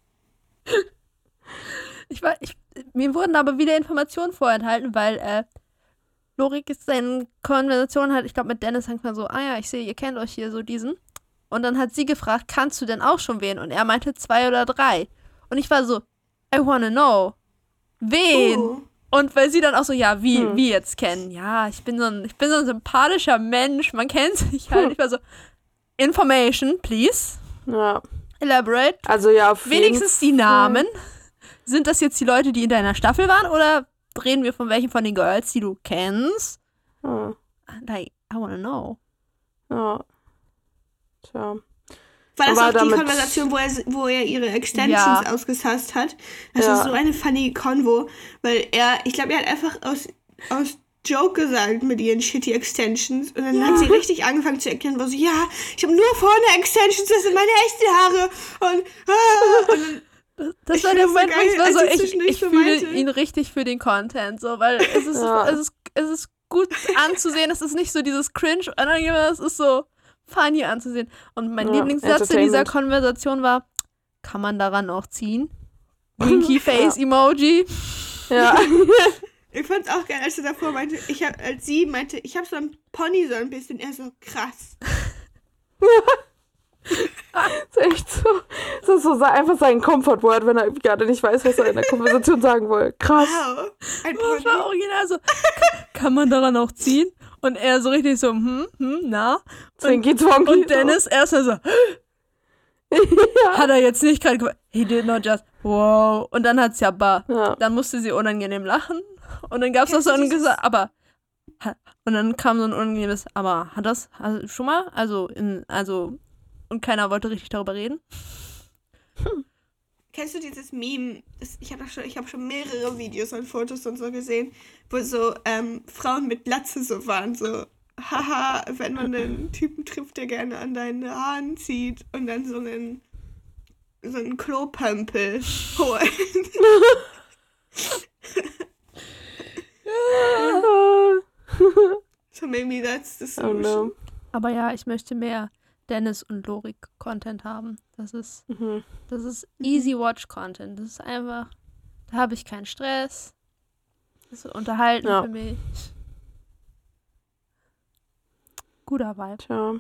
Mir wurden aber wieder Informationen vorenthalten, weil Lorik ist in Konversation hat, ich glaube mit Dennis manchmal so, ja, ich sehe, ihr kennt euch hier so diesen. Und dann hat sie gefragt, kannst du denn auch schon wählen? Und er meinte 2 oder 3. Und ich war so, I wanna know. Wen? Und weil sie dann auch so, ja, wie jetzt kennen? Ja, ich bin so ein sympathischer Mensch, man kennt sich halt. Ich war so, Information, please. Ja. Elaborate. Also ja, auf Wenigstens die Namen. Sind das jetzt die Leute, die in deiner Staffel waren? Oder reden wir von welchen von den Girls, die du kennst? Ja. Like, I wanna know. Ja. Tja. War das Aber auch die damit- Konversation, wo er ihre Extensions ausgesasst hat? Das Ja. ist so eine funny Convo, weil ich glaube, er hat einfach aus Joke gesagt mit ihren shitty Extensions und dann hat sie richtig angefangen zu erklären, wo sie, ja, ich habe nur vorne Extensions, das sind meine echten Haare und dann Das war Ich der find's so Moment, wo ich geil, war als so, sie zwischendurch ich so fühle meinte. ihn richtig für den Content, so, weil es ist gut anzusehen, es ist nicht so dieses Cringe, es ist so funny anzusehen. Und mein Ja, Lieblingssatz in dieser Entertainment. Konversation war, kann man daran auch ziehen? Winky Face Emoji. Ja. ich fand's auch geil, als sie davor meinte, als sie meinte, ich habe so ein Pony so ein bisschen, er so, krass. Ist echt so. Das ist so einfach sein Comfort-Word, wenn er gerade nicht weiß, was er in der Konversation sagen will. Krass. Wow, ein Das war Pony. original so, kann man daran auch ziehen? Und er so richtig so, na? Zwinky Zwonky. Und Dennis erstmal so, hat er jetzt nicht gerade gemacht. He did not just, wow. Und dann hat's ja bar. Ja. Dann musste sie unangenehm lachen. Und dann gab's noch so ein gesagt, aber, und dann kam so ein unangenehmes, aber hat das schon mal? Und keiner wollte richtig darüber reden. Kennst du dieses Meme? Ich habe schon mehrere Videos und Fotos und so gesehen, wo so Frauen mit Glatze so waren, so haha, wenn man einen Typen trifft, der gerne an deinen Haaren zieht und dann so einen Klopömpel holen. So maybe that's the Oh solution. no. Aber ja, ich möchte mehr Dennis und Lorik-Content haben. Das ist easy watch Content. Das ist einfach, da habe ich keinen Stress. Das ist unterhalten Ja. für mich. Guter Vibe. Tja.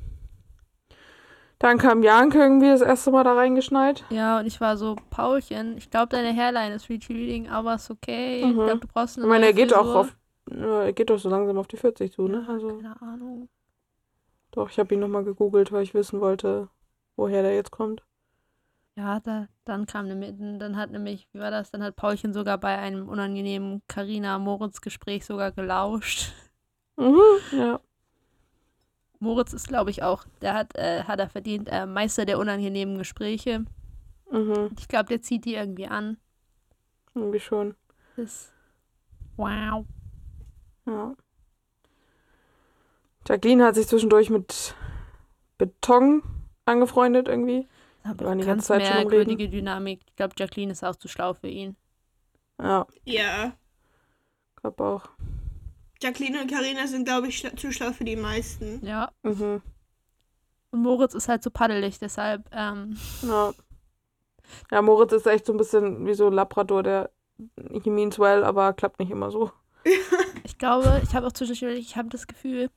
Dann kam Janke irgendwie das erste Mal da reingeschneit. Ja, und ich war so, Paulchen, ich glaube, deine Hairline ist retreating, aber ist okay. Ich glaube, du brauchst eine Ich meine, neue er geht Frisur. er geht doch so langsam auf die 40 zu, ne? Ja, Also, keine Ahnung. doch, ich habe ihn nochmal gegoogelt, weil ich wissen wollte, woher der jetzt kommt. Ja, dann hat nämlich, wie war das? Dann hat Paulchen sogar bei einem unangenehmen Carina-Moritz-Gespräch sogar gelauscht. Ja. Moritz ist, glaube ich, auch, hat er verdient, Meister der unangenehmen Gespräche. Ich glaube, der zieht die irgendwie an. Irgendwie schon. Das wow. Ja. Jacqueline hat sich zwischendurch mit Beton angefreundet irgendwie. Aber waren die ganz ganze Zeit schon am merkwürdige Dynamik. Ich glaube, Jacqueline ist auch zu schlau für ihn. Ja, Ja. glaub auch. Jacqueline und Carina sind, glaube ich, zu schlau für die meisten. Ja. Mhm. Und Moritz ist halt so paddelig, deshalb, Ja. Ja, Moritz ist echt so ein bisschen wie so ein Labrador, der he means well, aber klappt nicht immer so. ich glaube, ich habe auch zwischendurch, ich habe das Gefühl,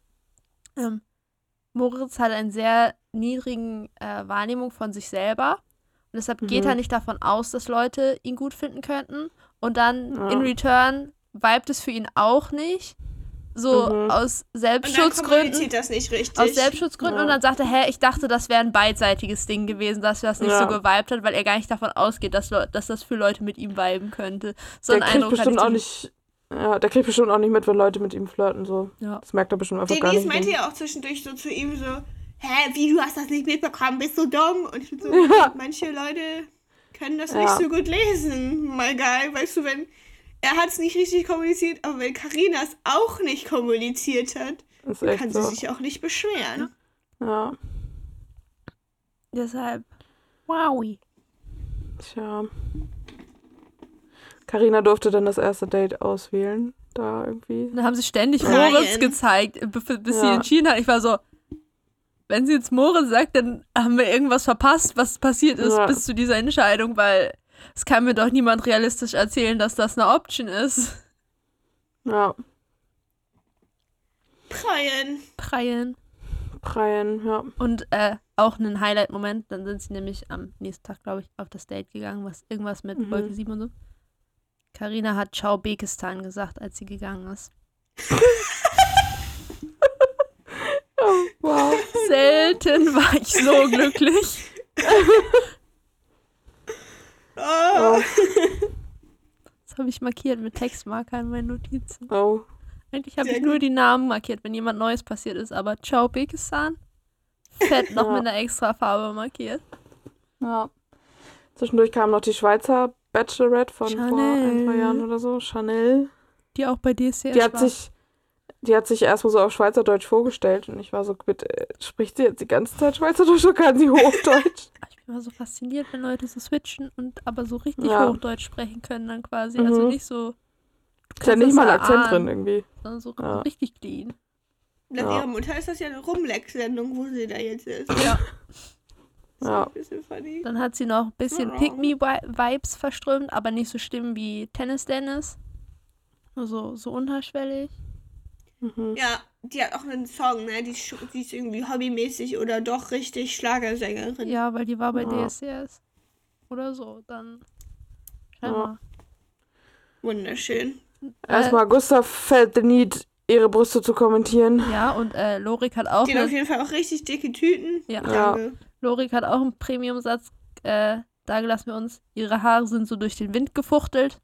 Moritz hat einen sehr niedrigen Wahrnehmung von sich selber. Und deshalb geht er nicht davon aus, dass Leute ihn gut finden könnten. Und dann in return vibet es für ihn auch nicht. So aus Und dann Selbstschutzgründen. kommuniziert das nicht richtig. Aus Selbstschutzgründen. Und dann sagt er, ich dachte, das wäre ein beidseitiges Ding gewesen, dass das nicht so gewibet hat, weil er gar nicht davon ausgeht, dass das für Leute mit ihm viben könnte. So Der einen kriegt Eindruck hatte bestimmt ich auch nicht. Ja, der kriegt bestimmt auch nicht mit, wenn Leute mit ihm flirten. So. Ja. Das merkt er bestimmt einfach gar Denise nicht. meinte ja auch zwischendurch so zu ihm so, hä, wie, du hast das nicht mitbekommen, bist du dumm? Und ich bin so, Ja. manche Leute können das Ja. nicht so gut lesen. Mal geil, weißt du, wenn er hat es nicht richtig kommuniziert, aber wenn Carina es auch nicht kommuniziert hat, Ist dann echt kann so. sie sich auch nicht beschweren. Ja. Deshalb, wowi. Tja. Carina durfte dann das erste Date auswählen. Da irgendwie. Dann haben sie ständig Brian. Moritz gezeigt, bis sie Ja. entschieden hat. Ich war so, wenn sie jetzt Moritz sagt, dann haben wir irgendwas verpasst, was passiert ist Ja. bis zu dieser Entscheidung, weil es kann mir doch niemand realistisch erzählen, dass das eine Option ist. Ja. Brian. Ja. Und auch einen Highlight-Moment, dann sind sie nämlich am nächsten Tag, glaube ich, auf das Date gegangen, was irgendwas mit Wolke 7 und so. Carina hat Ciao Bekistan gesagt, als sie gegangen ist. Oh, wow. Selten war ich so glücklich. Oh. Das habe ich markiert mit Textmarker in meinen Notizen. Oh. Eigentlich habe Sehr ich nur gut. die Namen markiert, wenn jemand Neues passiert ist, aber Ciao Bekistan fett noch Ja. mit einer extra Farbe markiert. Ja. Zwischendurch kam noch die Schweizer Bachelorette von vor Chanel. 1-2 Jahren oder so. Chanel. Die auch bei DSCS Die hat war. sich erstmal so auf Schweizerdeutsch vorgestellt und ich war so, bitte, spricht sie jetzt die ganze Zeit Schweizerdeutsch oder kann sie Hochdeutsch? Ich bin immer so fasziniert, wenn Leute so switchen und aber so richtig Ja. Hochdeutsch sprechen können dann quasi. Also Mhm. nicht so. Ist ja nicht es mal ein Akzent erahnen, drin irgendwie. Sondern so Ja. richtig clean. Laut Ja. ihrer Mutter ist das ja eine Rumleck-Sendung, wo sie da jetzt ist. Ja. Das ist Ja. ein bisschen funny. Dann hat sie noch ein bisschen Ja. Pick-Me-Vibes verströmt, aber nicht so Stimmen wie Tennis Dennis. Nur so unterschwellig. Mhm. Ja, die hat auch einen Song, ne? Die ist irgendwie hobbymäßig oder doch richtig Schlagersängerin. Ja, weil die war bei Ja. DSCS. Oder so, dann. Scheinbar. Wunderschön. Erstmal, Gustav fällt the need, ihre Brüste zu kommentieren. Ja, und Lorik hat auch Die hat auf eine, jeden Fall auch richtig dicke Tüten. Ja. Danke. Lorik hat auch einen Premium-Satz dagelassen für uns. Ihre Haare sind so durch den Wind gefuchtelt.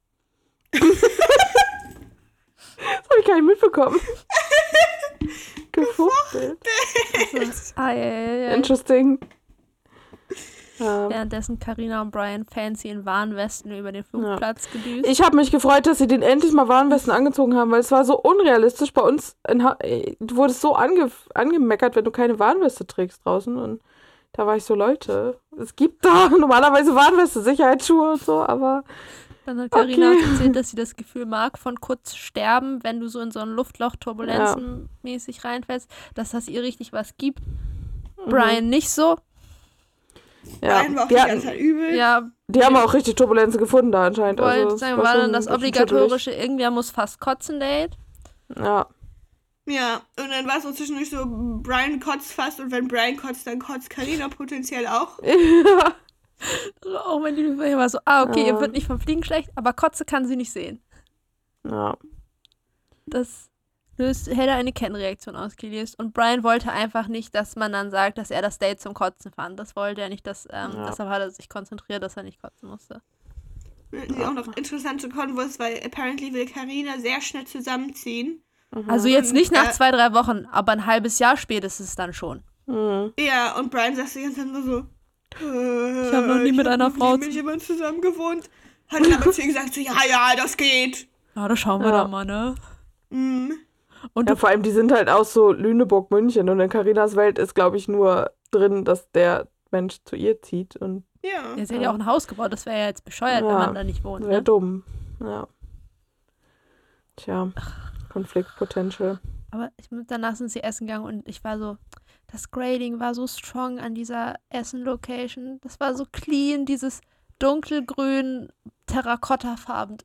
Das habe ich gar nicht mitbekommen. Gefuchtelt. Interesting. Währenddessen Carina und Brian fancy in Warnwesten über den Flugplatz gedüst. Ich habe mich gefreut, dass sie den endlich mal Warnwesten angezogen haben, weil es war so unrealistisch. Bei uns du wurdest so angemeckert, wenn du keine Warnweste trägst draußen. Und da war ich so, Leute, es gibt da normalerweise Warnweste, Sicherheitsschuhe und so, aber Dann hat Carina Okay. uns erzählt, dass sie das Gefühl mag von kurz sterben, wenn du so in so ein Luftloch turbulenzenmäßig reinfällst, dass das ihr richtig was gibt. Brian nicht so. ja, Brian war auch die, die ganze Zeit hatten, übel. Ja, die haben auch richtig Turbulenzen gefunden da anscheinend. wollte Also, es sagen, war schon dann das ein bisschen obligatorische, irgendwer muss fast kotzen Date. schüttelig. Ja. Ja, und dann war es so zwischendurch so, Brian kotzt fast und wenn Brian kotzt, dann kotzt Carina potenziell auch. Also auch wenn die war so, okay, Ja. ihr wird nicht vom Fliegen schlecht, aber Kotze kann sie nicht sehen. Ja. Das hätte eine Kennreaktion ausgelöst. Und Brian wollte einfach nicht, dass man dann sagt, dass er das Date zum Kotzen fand. Das wollte er nicht, deshalb hat er sich konzentriert, dass er nicht kotzen musste. Die auch noch interessante Konvos, weil apparently will Carina sehr schnell zusammenziehen. Also jetzt Und, nicht nach 2-3 Wochen, aber ein halbes Jahr spätestens dann schon. Mhm. Ja, und Brian sagt die ganze Zeit nur so, Ich habe noch nie mit einer Frau mit jemandem zusammen gewohnt. Hat dann aber zu ihr gesagt, so, ja, das geht. Ja, da schauen wir Ja. da mal, ne? Mhm. Und Ja, vor allem, die sind halt aus so Lüneburg, München und in Carinas Welt ist, glaube ich, nur drin, dass der Mensch zu ihr zieht und Ja. sie hat ja auch ein Haus gebaut, das wäre ja jetzt bescheuert, wenn Ja. man da nicht wohnt. wäre Ne? dumm. Ja. Tja, Konfliktpotential. Aber danach sind sie essen gegangen und ich war so, das Grading war so strong an dieser Essen-Location. Das war so clean, dieses dunkelgrün, terrakottafarben.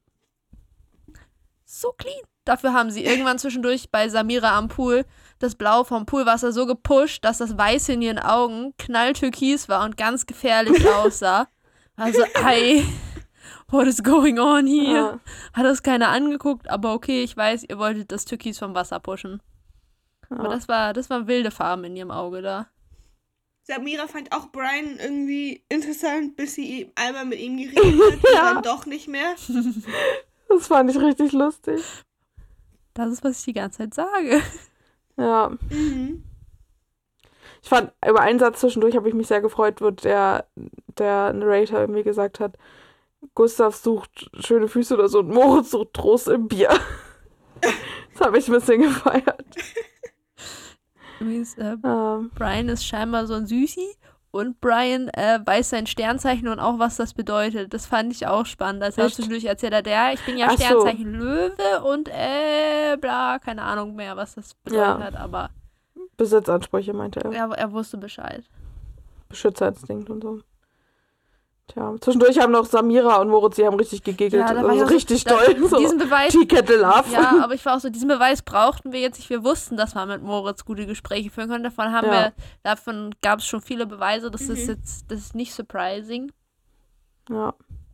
So clean. Dafür haben sie irgendwann zwischendurch bei Samira am Pool das Blau vom Poolwasser so gepusht, dass das Weiß in ihren Augen knalltürkis war und ganz gefährlich aussah. Also, what is going on here? Ja. Hat das keiner angeguckt, aber okay, ich weiß, ihr wolltet das Türkis vom Wasser pushen. Aber das waren wilde Farben in ihrem Auge da. Samira fand auch Brian irgendwie interessant, bis sie einmal mit ihm geredet hat, Ja. dann doch nicht mehr. Das fand ich richtig lustig. Das ist, was ich die ganze Zeit sage. Ja. Mhm. Ich fand, über einen Satz zwischendurch habe ich mich sehr gefreut, wo der Narrator irgendwie gesagt hat, Gustav sucht schöne Füße oder so und Moritz sucht Trost im Bier. Das habe ich ein bisschen gefeiert. Übrigens, Brian ist scheinbar so ein Süßi und Brian weiß sein Sternzeichen und auch, was das bedeutet. Das fand ich auch spannend. Also Echt? zwischendurch erzählt er, ich bin ja Ach so. Sternzeichen Löwe und bla, keine Ahnung mehr, was das bedeutet hat, aber Besitzansprüche, meinte er. er wusste Bescheid. Beschützerinstinkt und so. Tja, zwischendurch haben noch Samira und Moritz, die haben richtig gegegelt. Ja, da also war ich so auch so- richtig da- doll. So diesen Beweis- Tea Kettle Love. Ja, aber ich war auch so, diesen Beweis brauchten wir jetzt nicht. Wir wussten, dass man mit Moritz gute Gespräche führen konnte. Davon gab es schon viele Beweise. Das ist nicht surprising. Ja.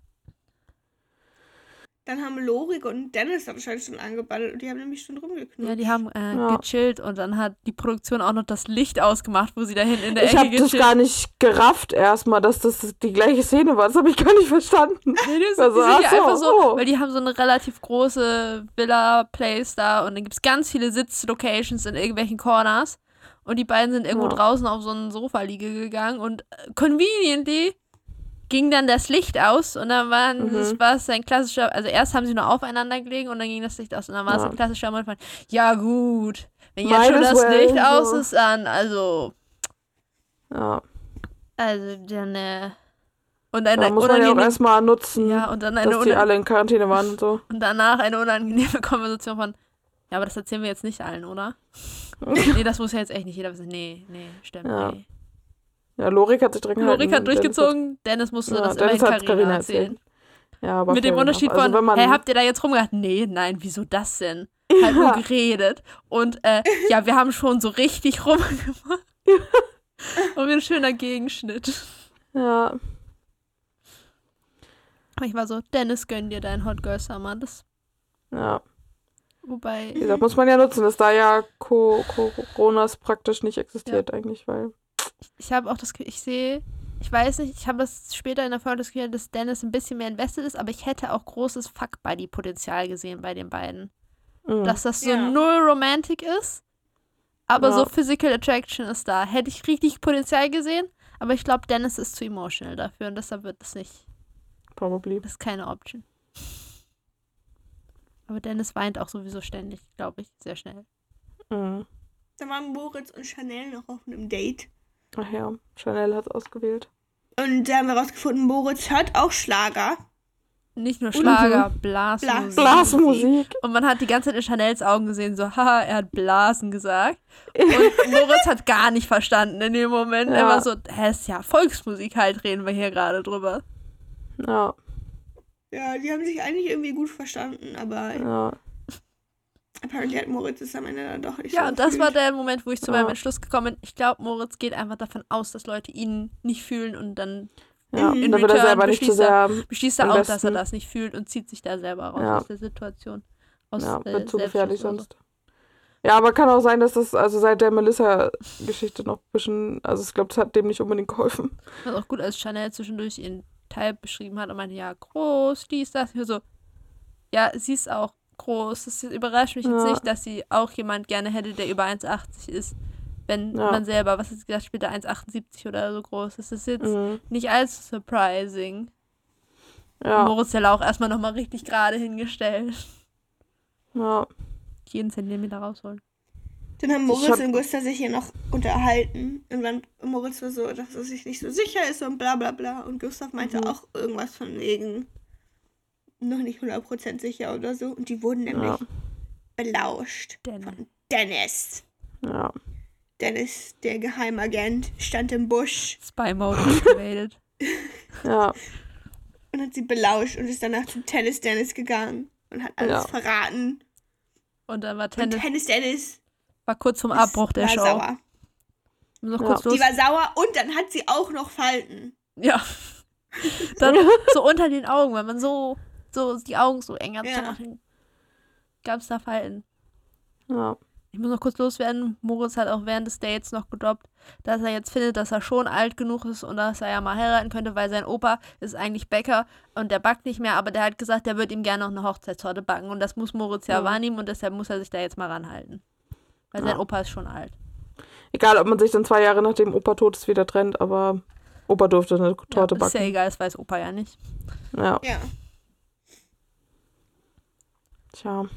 Dann haben Lorik und Dennis anscheinend schon angebandelt und die haben nämlich schon rumgeknutscht. Ja, die haben Ja. gechillt und dann hat die Produktion auch noch das Licht ausgemacht, wo sie da hinten in der Ich Ecke habe das gechillt gar nicht gerafft erstmal, dass das die gleiche Szene war. Das habe ich gar nicht verstanden. Nee, die Also, sind ja ach so, einfach so, oh. weil die haben so eine relativ große Villa-Place da und dann gibt es ganz viele Sitzlocations in irgendwelchen Corners und die beiden sind irgendwo Ja. draußen auf so eine Sofa-Liege gegangen und conveniently ging dann das Licht aus und dann war es ein klassischer, also erst haben sie nur aufeinander gelegen und dann ging das Licht aus und dann war es Ja. ein klassischer Moment von, ja gut, wenn jetzt Might schon as das well, Licht aus so. ist, dann, also Ja. dann, und eine Da muss man ja auch unangenehme, erstmal nutzen, ja, und dann eine dass die alle in Quarantäne waren und so. und danach eine unangenehme Konversation von, ja, aber das erzählen wir jetzt nicht allen, oder? Nee, das muss ja jetzt echt nicht jeder wissen. Nee, stimmt, Ja. nee. Ja, Lorik hat sich drin gehalten. Lorik hat Dennis durchgezogen, Dennis musste Ja, das Dennis immerhin hat's Carina Carina erzählen. erzählt. Ja, aber Mit dem fair Unterschied enough. von, Also, wenn man, hey, habt ihr da jetzt rumgedacht? Nee, nein, wieso das denn? Halt nur geredet. Und ja, wir haben schon so richtig rumgemacht. Und ein schöner Gegenschnitt. ja, Aber ich war so, Dennis, gönn dir dein Hot Girl Summer. ja. Wobei, Wie gesagt, muss man ja nutzen, dass da ja Coronas praktisch nicht existiert eigentlich, weil ich habe auch das Gefühl, ich weiß nicht, ich habe das später in der Folge das Gefühl, dass Dennis ein bisschen mehr invested ist, aber ich hätte auch großes Fuck-Buddy-Potenzial gesehen bei den beiden. Dass das so Ja. null Romantic ist, aber Ja. so Physical Attraction ist da. Hätte ich richtig Potenzial gesehen, aber ich glaube, Dennis ist zu emotional dafür und deshalb wird das nicht. probably. Das ist keine Option. Aber Dennis weint auch sowieso ständig, glaube ich, sehr schnell. Mhm. Da waren Moritz und Chanel noch auf einem Date. Ach ja, Chanel hat ausgewählt. Und da haben wir rausgefunden, Moritz hört auch Schlager. Nicht nur Schlager, Blasmusik. Blasmusik. Und man hat die ganze Zeit in Chanels Augen gesehen, so, haha, er hat Blasen gesagt. Und Moritz hat gar nicht verstanden in dem Moment. Ja. Er war so, ist ja Volksmusik halt, reden wir hier gerade drüber. Ja, Ja, die haben sich eigentlich irgendwie gut verstanden, aber ja. apparently hat Moritz es am Ende dann doch nicht Ja, so und das war gefühlt. der Moment, wo ich zu meinem Ja. Entschluss gekommen bin. Ich glaube, Moritz geht einfach davon aus, dass Leute ihn nicht fühlen und dann Ja, Mhm. und dann wird er Return selber nicht zu sehr. beschließt er Am auch, dass besten. er das nicht fühlt und zieht sich da selber raus Ja. aus der Situation. Aus, Ja, wird zu gefährlich Selbstschutz oder so. sonst. Ja, aber kann auch sein, dass das, also seit der Melissa-Geschichte noch ein bisschen, also ich glaube, das hat dem nicht unbedingt geholfen. Das ist auch gut, als Chanel zwischendurch ihren Teil beschrieben hat und meinte, ja, groß, dies, das. Ich war so, ja, sie ist auch groß. Das überrascht mich jetzt Ja. nicht, dass sie auch jemand gerne hätte, der über 1,80 ist. Wenn Ja. man selber, was hat sie gesagt, später 1,78 oder so groß ist. Das ist jetzt Mhm. nicht allzu surprising. Ja, Moritz der Lauch erstmal nochmal richtig gerade hingestellt. ja. Jeden Zentimeter rausholen. Dann haben Ich Moritz hab- und Gustav sich hier noch unterhalten. Und dann Moritz war so, dass er sich nicht so sicher ist und bla bla bla. Und Gustav meinte Mhm. auch irgendwas von wegen noch nicht 100% sicher oder so. Und die wurden nämlich Ja. belauscht Denn von Dennis. Ja. Dennis, der Geheimagent, stand im Busch Spy-Mode activated. Ja. und hat sie belauscht und ist danach zu Tennis Dennis gegangen und hat alles Ja. verraten. Und dann war Und Tennis Tennis Dennis war kurz vom Abbruch der war Show. sauer. Wir müssen noch Ja. kurz los. Die war sauer und dann hat sie auch noch Falten. Ja. Dann so unter den Augen, wenn man so die Augen so eng hat, Ja. gab es da Falten. Ja. Ich muss noch kurz loswerden. Moritz hat auch während des Dates noch gedroppt, dass er jetzt findet, dass er schon alt genug ist und dass er ja mal heiraten könnte, weil sein Opa ist eigentlich Bäcker und der backt nicht mehr, aber der hat gesagt, der wird ihm gerne noch eine Hochzeitstorte backen und das muss Moritz ja Ja. wahrnehmen und deshalb muss er sich da jetzt mal ranhalten. Weil sein Ja. Opa ist schon alt. Egal, ob man sich dann 2 Jahre nachdem Opa tot ist wieder trennt, aber Opa durfte eine Torte Ist ja backen. egal, das weiß Opa ja nicht. Ja, Ja. tja.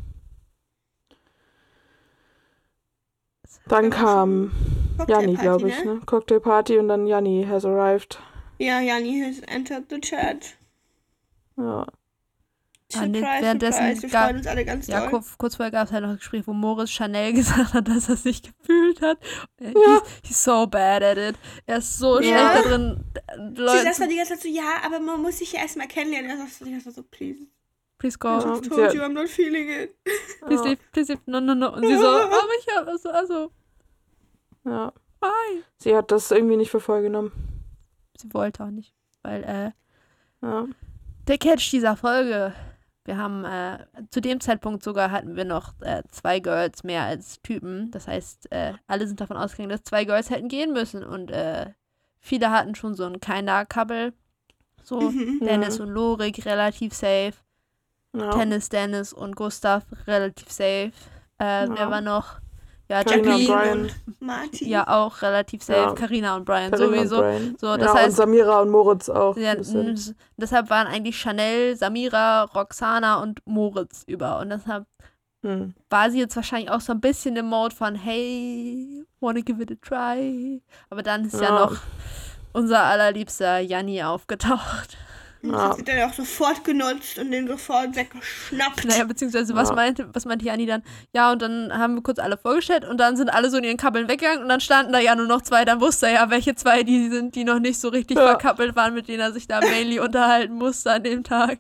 Dann kam Janni, glaube ich, ne? Cocktailparty und dann Janni has arrived. Ja, Janni has entered the chat. Ja. Surprise, währenddessen surprise, wir freuen uns alle ganz Ja, doll. kurz vorher gab es halt noch ein Gespräch, wo Moritz Chanel gesagt hat, dass er es nicht gefühlt hat. He's so bad at it. Er ist so Ja. schlecht da drin, Sie Leute, sagt dann die ganze Zeit so, ja, aber man muss sich ja erstmal kennenlernen. Und dann sagst du die ganze Zeit so, please. please go. Ja. I told you I'm not feeling it. Please leave, no. Und sie so, aber ich hab also, Ja. bye. Sie hat das irgendwie nicht für voll genommen. Sie wollte auch nicht, weil, Ja. der Catch dieser Folge, wir haben, zu dem Zeitpunkt sogar hatten wir noch 2 Girls mehr als Typen. Das heißt, alle sind davon ausgegangen, dass 2 Girls hätten gehen müssen. Und viele hatten schon so ein Kinder-Couple. So, Dennis und Lorik relativ safe. Ja. Dennis und Gustav relativ safe. Wer war noch? Ja, Carina und Jacqueline. Brian. Und Martin. Ja, auch relativ safe. Ja. Carina und Brian Carina sowieso. und Brian. So, das ja, heißt, und Samira und Moritz auch. ja, ein bisschen. deshalb waren eigentlich Chanel, Samira, Roxana und Moritz über. Und deshalb war sie jetzt wahrscheinlich auch so ein bisschen im Mode von, hey, wanna give it a try. Aber dann ist ja noch unser allerliebster Janni aufgetaucht. Und das hat sie dann auch sofort genutzt und den sofort weggeschnappt. Naja, beziehungsweise was meinte Janni dann? Ja, und dann haben wir kurz alle vorgestellt und dann sind alle so in ihren Kappeln weggegangen und dann standen da ja nur noch 2. Dann wusste er ja, welche 2 die sind, die noch nicht so richtig verkappelt waren, mit denen er sich da mainly unterhalten musste an dem Tag.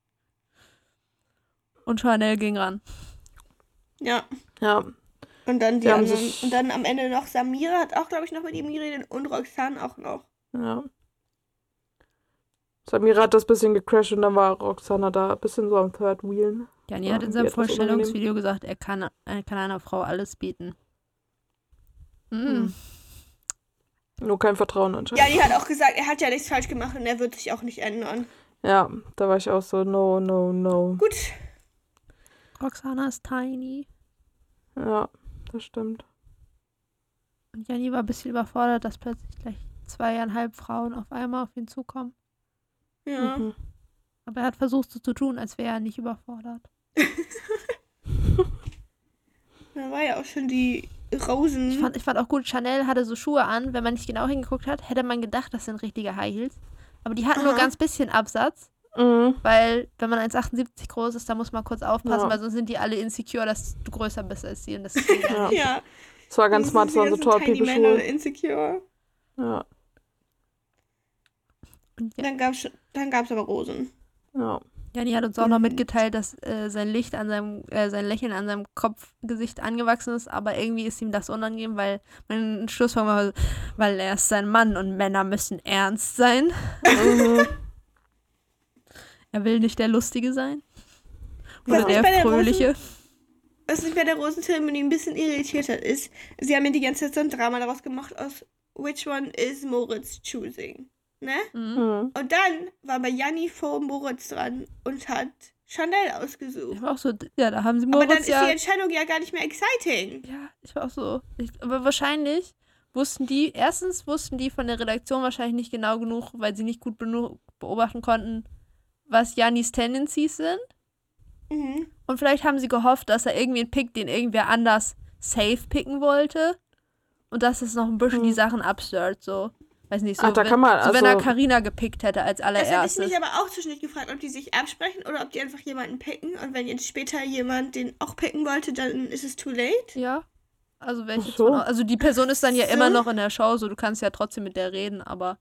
Und Chanel ging ran. Ja. Ja. Und dann die Die haben anderen. sich- Und dann am Ende noch Samira hat auch, glaube ich, noch mit ihm geredet und Roxanne auch noch. Ja. Samira hat das bisschen gecrashed und dann war Roxana da ein bisschen so am Third Wheelen. Janni Ja, hat in irgendwie seinem etwas Vorstellungsvideo gesagt, er kann einer Frau alles bieten. Nur kein Vertrauen Ja, anscheinend. die hat auch gesagt, er hat ja nichts falsch gemacht und er wird sich auch nicht ändern. Ja, da war ich auch so, no. Gut. Roxana ist tiny. Ja, das stimmt. Und Janni war ein bisschen überfordert, dass plötzlich gleich 2,5 Frauen auf einmal auf ihn zukommen. Ja. Mhm. Aber er hat versucht, so zu tun, als wäre er nicht überfordert. Da war ja auch schon die Rosen. Ich fand auch gut, Chanel hatte so Schuhe an. Wenn man nicht genau hingeguckt hat, hätte man gedacht, das sind richtige High Heels. Aber die hatten nur ganz bisschen Absatz. Mhm. Weil, wenn man 1,78 groß ist, da muss man kurz aufpassen, Ja. weil sonst sind die alle insecure, dass du größer bist als sie. Und das geht ja Ja. nicht. Ja. Das war ganz smart, das waren so Tiny Männer Tall-People-Schuhe. insecure. Ja, Und ja, Dann gab's aber Rosen. ja. Janni hat uns auch noch mitgeteilt, dass sein Lächeln an seinem Kopfgesicht angewachsen ist, aber irgendwie ist ihm das unangenehm, weil mein Schlussfolgerung war, weil er ist sein Mann und Männer müssen ernst sein. Er will nicht der Lustige sein. Oder Was mich bei der der Fröhliche. Was mich bei der Rosenzeremonie ein bisschen irritiert hat, ist, sie haben ja die ganze Zeit so ein Drama daraus gemacht aus Which one is Moritz choosing? Ne? Mhm. Und dann war bei Janni vor Moritz dran und hat Chanel ausgesucht. Ich war auch so, ja, da haben sie Aber dann Moritz ist ja... die Entscheidung ja gar nicht mehr exciting. Ja, ich war auch so. Aber wahrscheinlich erstens wussten die von der Redaktion wahrscheinlich nicht genau genug, weil sie nicht gut genug beobachten konnten, was Jannis Tendencies sind. Mhm. Und vielleicht haben sie gehofft, dass er irgendwie einen Pick, den irgendwer anders safe picken wollte. Und dass es noch ein bisschen die Sachen abstört, so. Weiß nicht, so, Ach, da kann man, so wenn er also- Carina gepickt hätte als Das hätte ich allererstes. mich aber auch zwischendurch gefragt, ob die sich absprechen oder ob die einfach jemanden picken. Und wenn jetzt später jemand den auch picken wollte, dann ist es too late. Ja. Also welche Ach so. also die Person ist dann ja So. immer noch in der Show, so du kannst ja trotzdem mit der reden, aber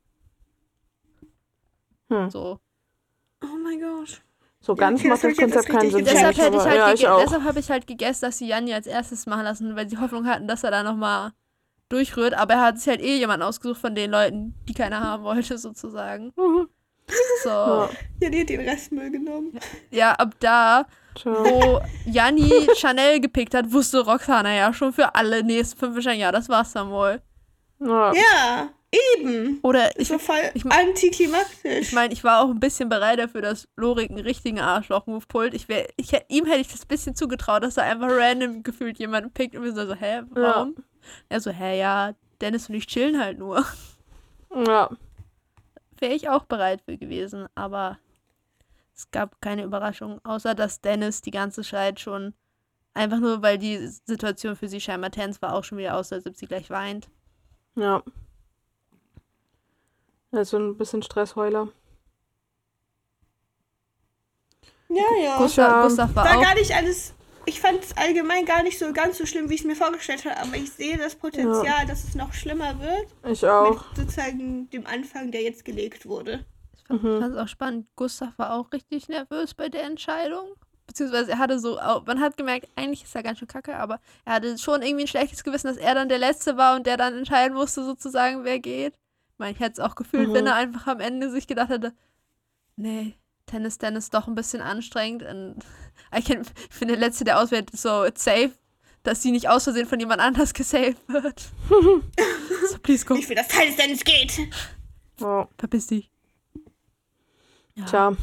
so. Oh mein Gott. So ganz okay, das macht das hab ich jetzt Konzept keinen Sinn. richtig für Deshalb mich, gecheckt. aber- ich auch. deshalb habe ich halt gegessen, dass sie Janni als erstes machen lassen, weil sie Hoffnung hatten, dass er da nochmal durchrührt. Aber er hat sich halt jemanden ausgesucht von den Leuten, die keiner haben wollte, sozusagen. Mhm. So. Ja. Ja, die hat den Restmüll genommen. Ja, ab da, Tja. wo Janni Chanel gepickt hat, wusste Roxana ja schon für alle nächsten 5 wahrscheinlich, ja, das war's dann wohl. Ja. Ja, eben. Oder Das war voll ich- antiklimaktisch. Ich meine, ich war auch ein bisschen bereit dafür, dass Lorik einen richtigen Arschloch-Move pullt. Ihm hätte ich das ein bisschen zugetraut, dass er einfach random gefühlt jemanden pickt und wir so, hä, warum? Er so, hä, ja, Dennis und ich chillen halt nur. Ja. Wäre ich auch bereit für gewesen, aber es gab keine Überraschung, außer dass Dennis die ganze Zeit schon, einfach nur, weil die Situation für sie scheinbar tense war, auch schon wieder aus, als ob sie gleich weint. Ja. Er ist so ein bisschen Stressheuler. Ja. Gustav war War auch. gar nicht alles. Ich fand es allgemein gar nicht so ganz so schlimm, wie ich es mir vorgestellt habe, aber ich sehe das Potenzial, dass es noch schlimmer wird. Ich auch. Mit sozusagen dem Anfang, der jetzt gelegt wurde. Ich fand es auch spannend. Gustav war auch richtig nervös bei der Entscheidung. Beziehungsweise er hatte so, man hat gemerkt, eigentlich ist er ganz schön kacke, aber er hatte schon irgendwie ein schlechtes Gewissen, dass er dann der Letzte war und der dann entscheiden musste, sozusagen, wer geht. Ich meine, ich hätte es auch gefühlt, wenn er einfach am Ende sich gedacht hätte, nee, Tennis doch ein bisschen anstrengend. Und ich finde, der Letzte, der auswählt, ist so safe, dass sie nicht aus Versehen von jemand anders gesaved wird. So, please go. Ich will, dass keines Dennis geht. Ja. Verpiss dich. Ja. Tja.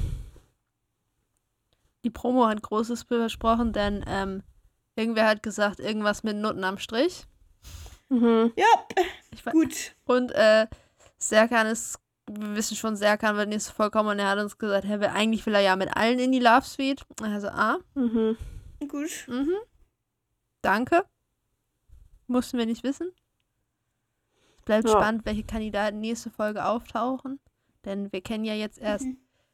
Die Promo hat Großes versprochen, denn irgendwer hat gesagt, irgendwas mit Nutten am Strich. Ja, gut. Und Serkan ist, wir wissen schon, Serkan wird nicht so vollkommen und er hat uns gesagt, eigentlich will er ja mit allen in die Love Suite. Also, Gut. danke. Mussten wir nicht wissen. Es bleibt spannend, welche Kandidaten nächste Folge auftauchen. Denn wir kennen ja jetzt erst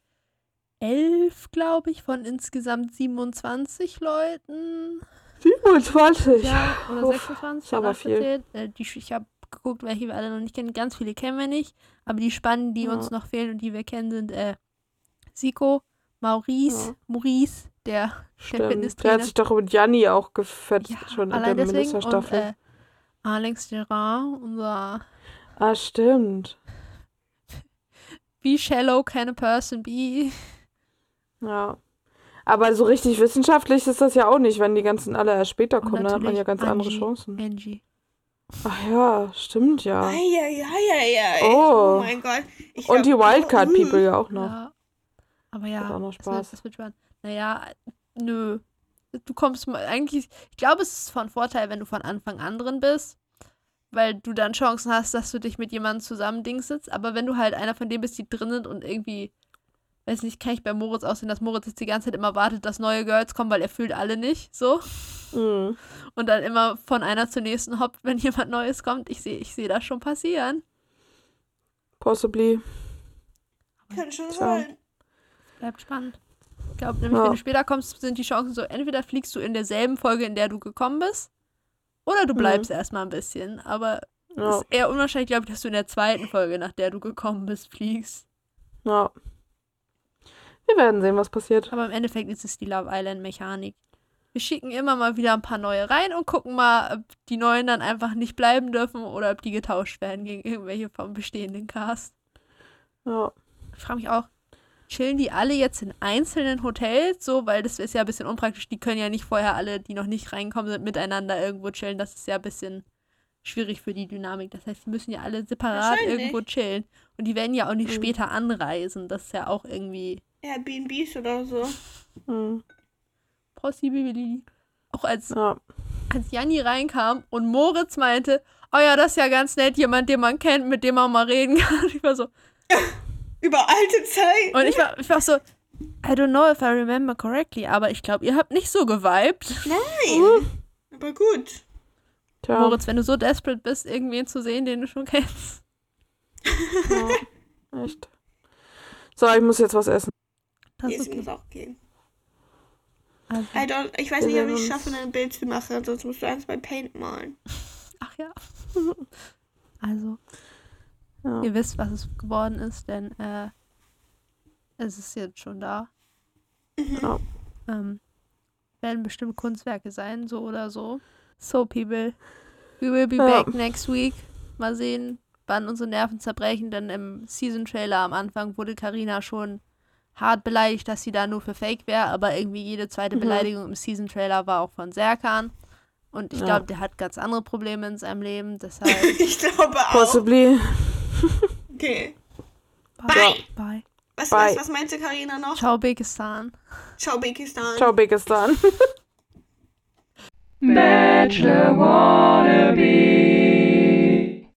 11, glaube ich, von insgesamt 27 Leuten. 27? Ja, oder Uff, 26. ist aber viel. Ich habe geguckt, welche wir alle noch nicht kennen. Ganz viele kennen wir nicht. Aber die spannenden, die uns noch fehlen und die wir kennen, sind Siko, Maurice, der Stimmt. Der Fitnesstrainer. hat sich doch mit Gianni auch gefetzt, Ja, schon in der allein deswegen. Ministerstaffel. Und Alex Gerard, unser Ah, stimmt. Wie shallow can a person be? Ja. Aber so richtig wissenschaftlich ist das ja auch nicht, wenn die ganzen alle erst später kommen. Dann hat man ja ganz andere Chancen. Angie. Ach ja, stimmt ja. Eieieiei. Oh. Oh mein Gott. Und die Wildcard-People ja auch noch. Ja. Aber ja, Hat auch noch Spaß. das wird spannend. Naja, nö. Du kommst mal, eigentlich, ich glaube, es ist von Vorteil, wenn du von Anfang an drin bist, weil du dann Chancen hast, dass du dich mit jemandem zusammen sitzt. Aber wenn du halt einer von denen bist, die drin sind und irgendwie, weiß nicht, kann ich bei Moritz aussehen, dass Moritz jetzt die ganze Zeit immer wartet, dass neue Girls kommen, weil er fühlt alle nicht, so. Mhm. Und dann immer von einer zur nächsten hoppt, wenn jemand Neues kommt. Ich seh das schon passieren. Possibly. Kann schon Tja. sein. Bleibt spannend. Ich glaube nämlich, wenn du später kommst, sind die Chancen so, entweder fliegst du in derselben Folge, in der du gekommen bist, oder du bleibst erstmal ein bisschen. Aber es ist eher unwahrscheinlich, glaube ich, dass du in der zweiten Folge, nach der du gekommen bist, fliegst. Ja. Wir werden sehen, was passiert. Aber im Endeffekt ist es die Love Island-Mechanik. Wir schicken immer mal wieder ein paar neue rein und gucken mal, ob die neuen dann einfach nicht bleiben dürfen oder ob die getauscht werden gegen irgendwelche vom bestehenden Cast. Ja. Ich frage mich auch, chillen die alle jetzt in einzelnen Hotels, so, weil das ist ja ein bisschen unpraktisch. Die können ja nicht vorher alle, die noch nicht reinkommen sind, miteinander irgendwo chillen. Das ist ja ein bisschen schwierig für die Dynamik. Das heißt, die müssen ja alle separat irgendwo chillen. Und die werden ja auch nicht später anreisen. Das ist ja auch irgendwie Airbnbs oder so. possibly. Auch als Janni reinkam und Moritz meinte, oh ja, das ist ja ganz nett, jemand, den man kennt, mit dem man mal reden kann. Ich war so, Über alte Zeiten. und ich war so, I don't know if I remember correctly, aber ich glaube, ihr habt nicht so geweibt. Nein. Aber gut. Tja. Moritz, wenn du so desperate bist, irgendwen zu sehen, den du schon kennst. Ja. Echt. So, ich muss jetzt was essen. Das Es ist okay. muss auch gehen. Also, Ich weiß nicht, ob ich es schaffe, ein Bild zu machen, sonst musst du eins bei Paint malen. ach ja. Also, Ja. ihr wisst, was es geworden ist, denn es ist jetzt schon da. Ja. Werden bestimmt Kunstwerke sein, so oder so. So, people, we will be back next week. Mal sehen, wann unsere Nerven zerbrechen, denn im Season-Trailer am Anfang wurde Carina schon hart beleidigt, dass sie da nur für Fake wäre, aber irgendwie jede zweite Beleidigung im Season-Trailer war auch von Serkan. Und ich glaube, der hat ganz andere Probleme in seinem Leben, deshalb Ich glaube auch. Possibly. Okay. bye. Bye. Was meinte Carina noch? Ciao, Bekistan. Ciao, Bekistan. Ciao, Bekistan. Bye. Bachelor Wannabe.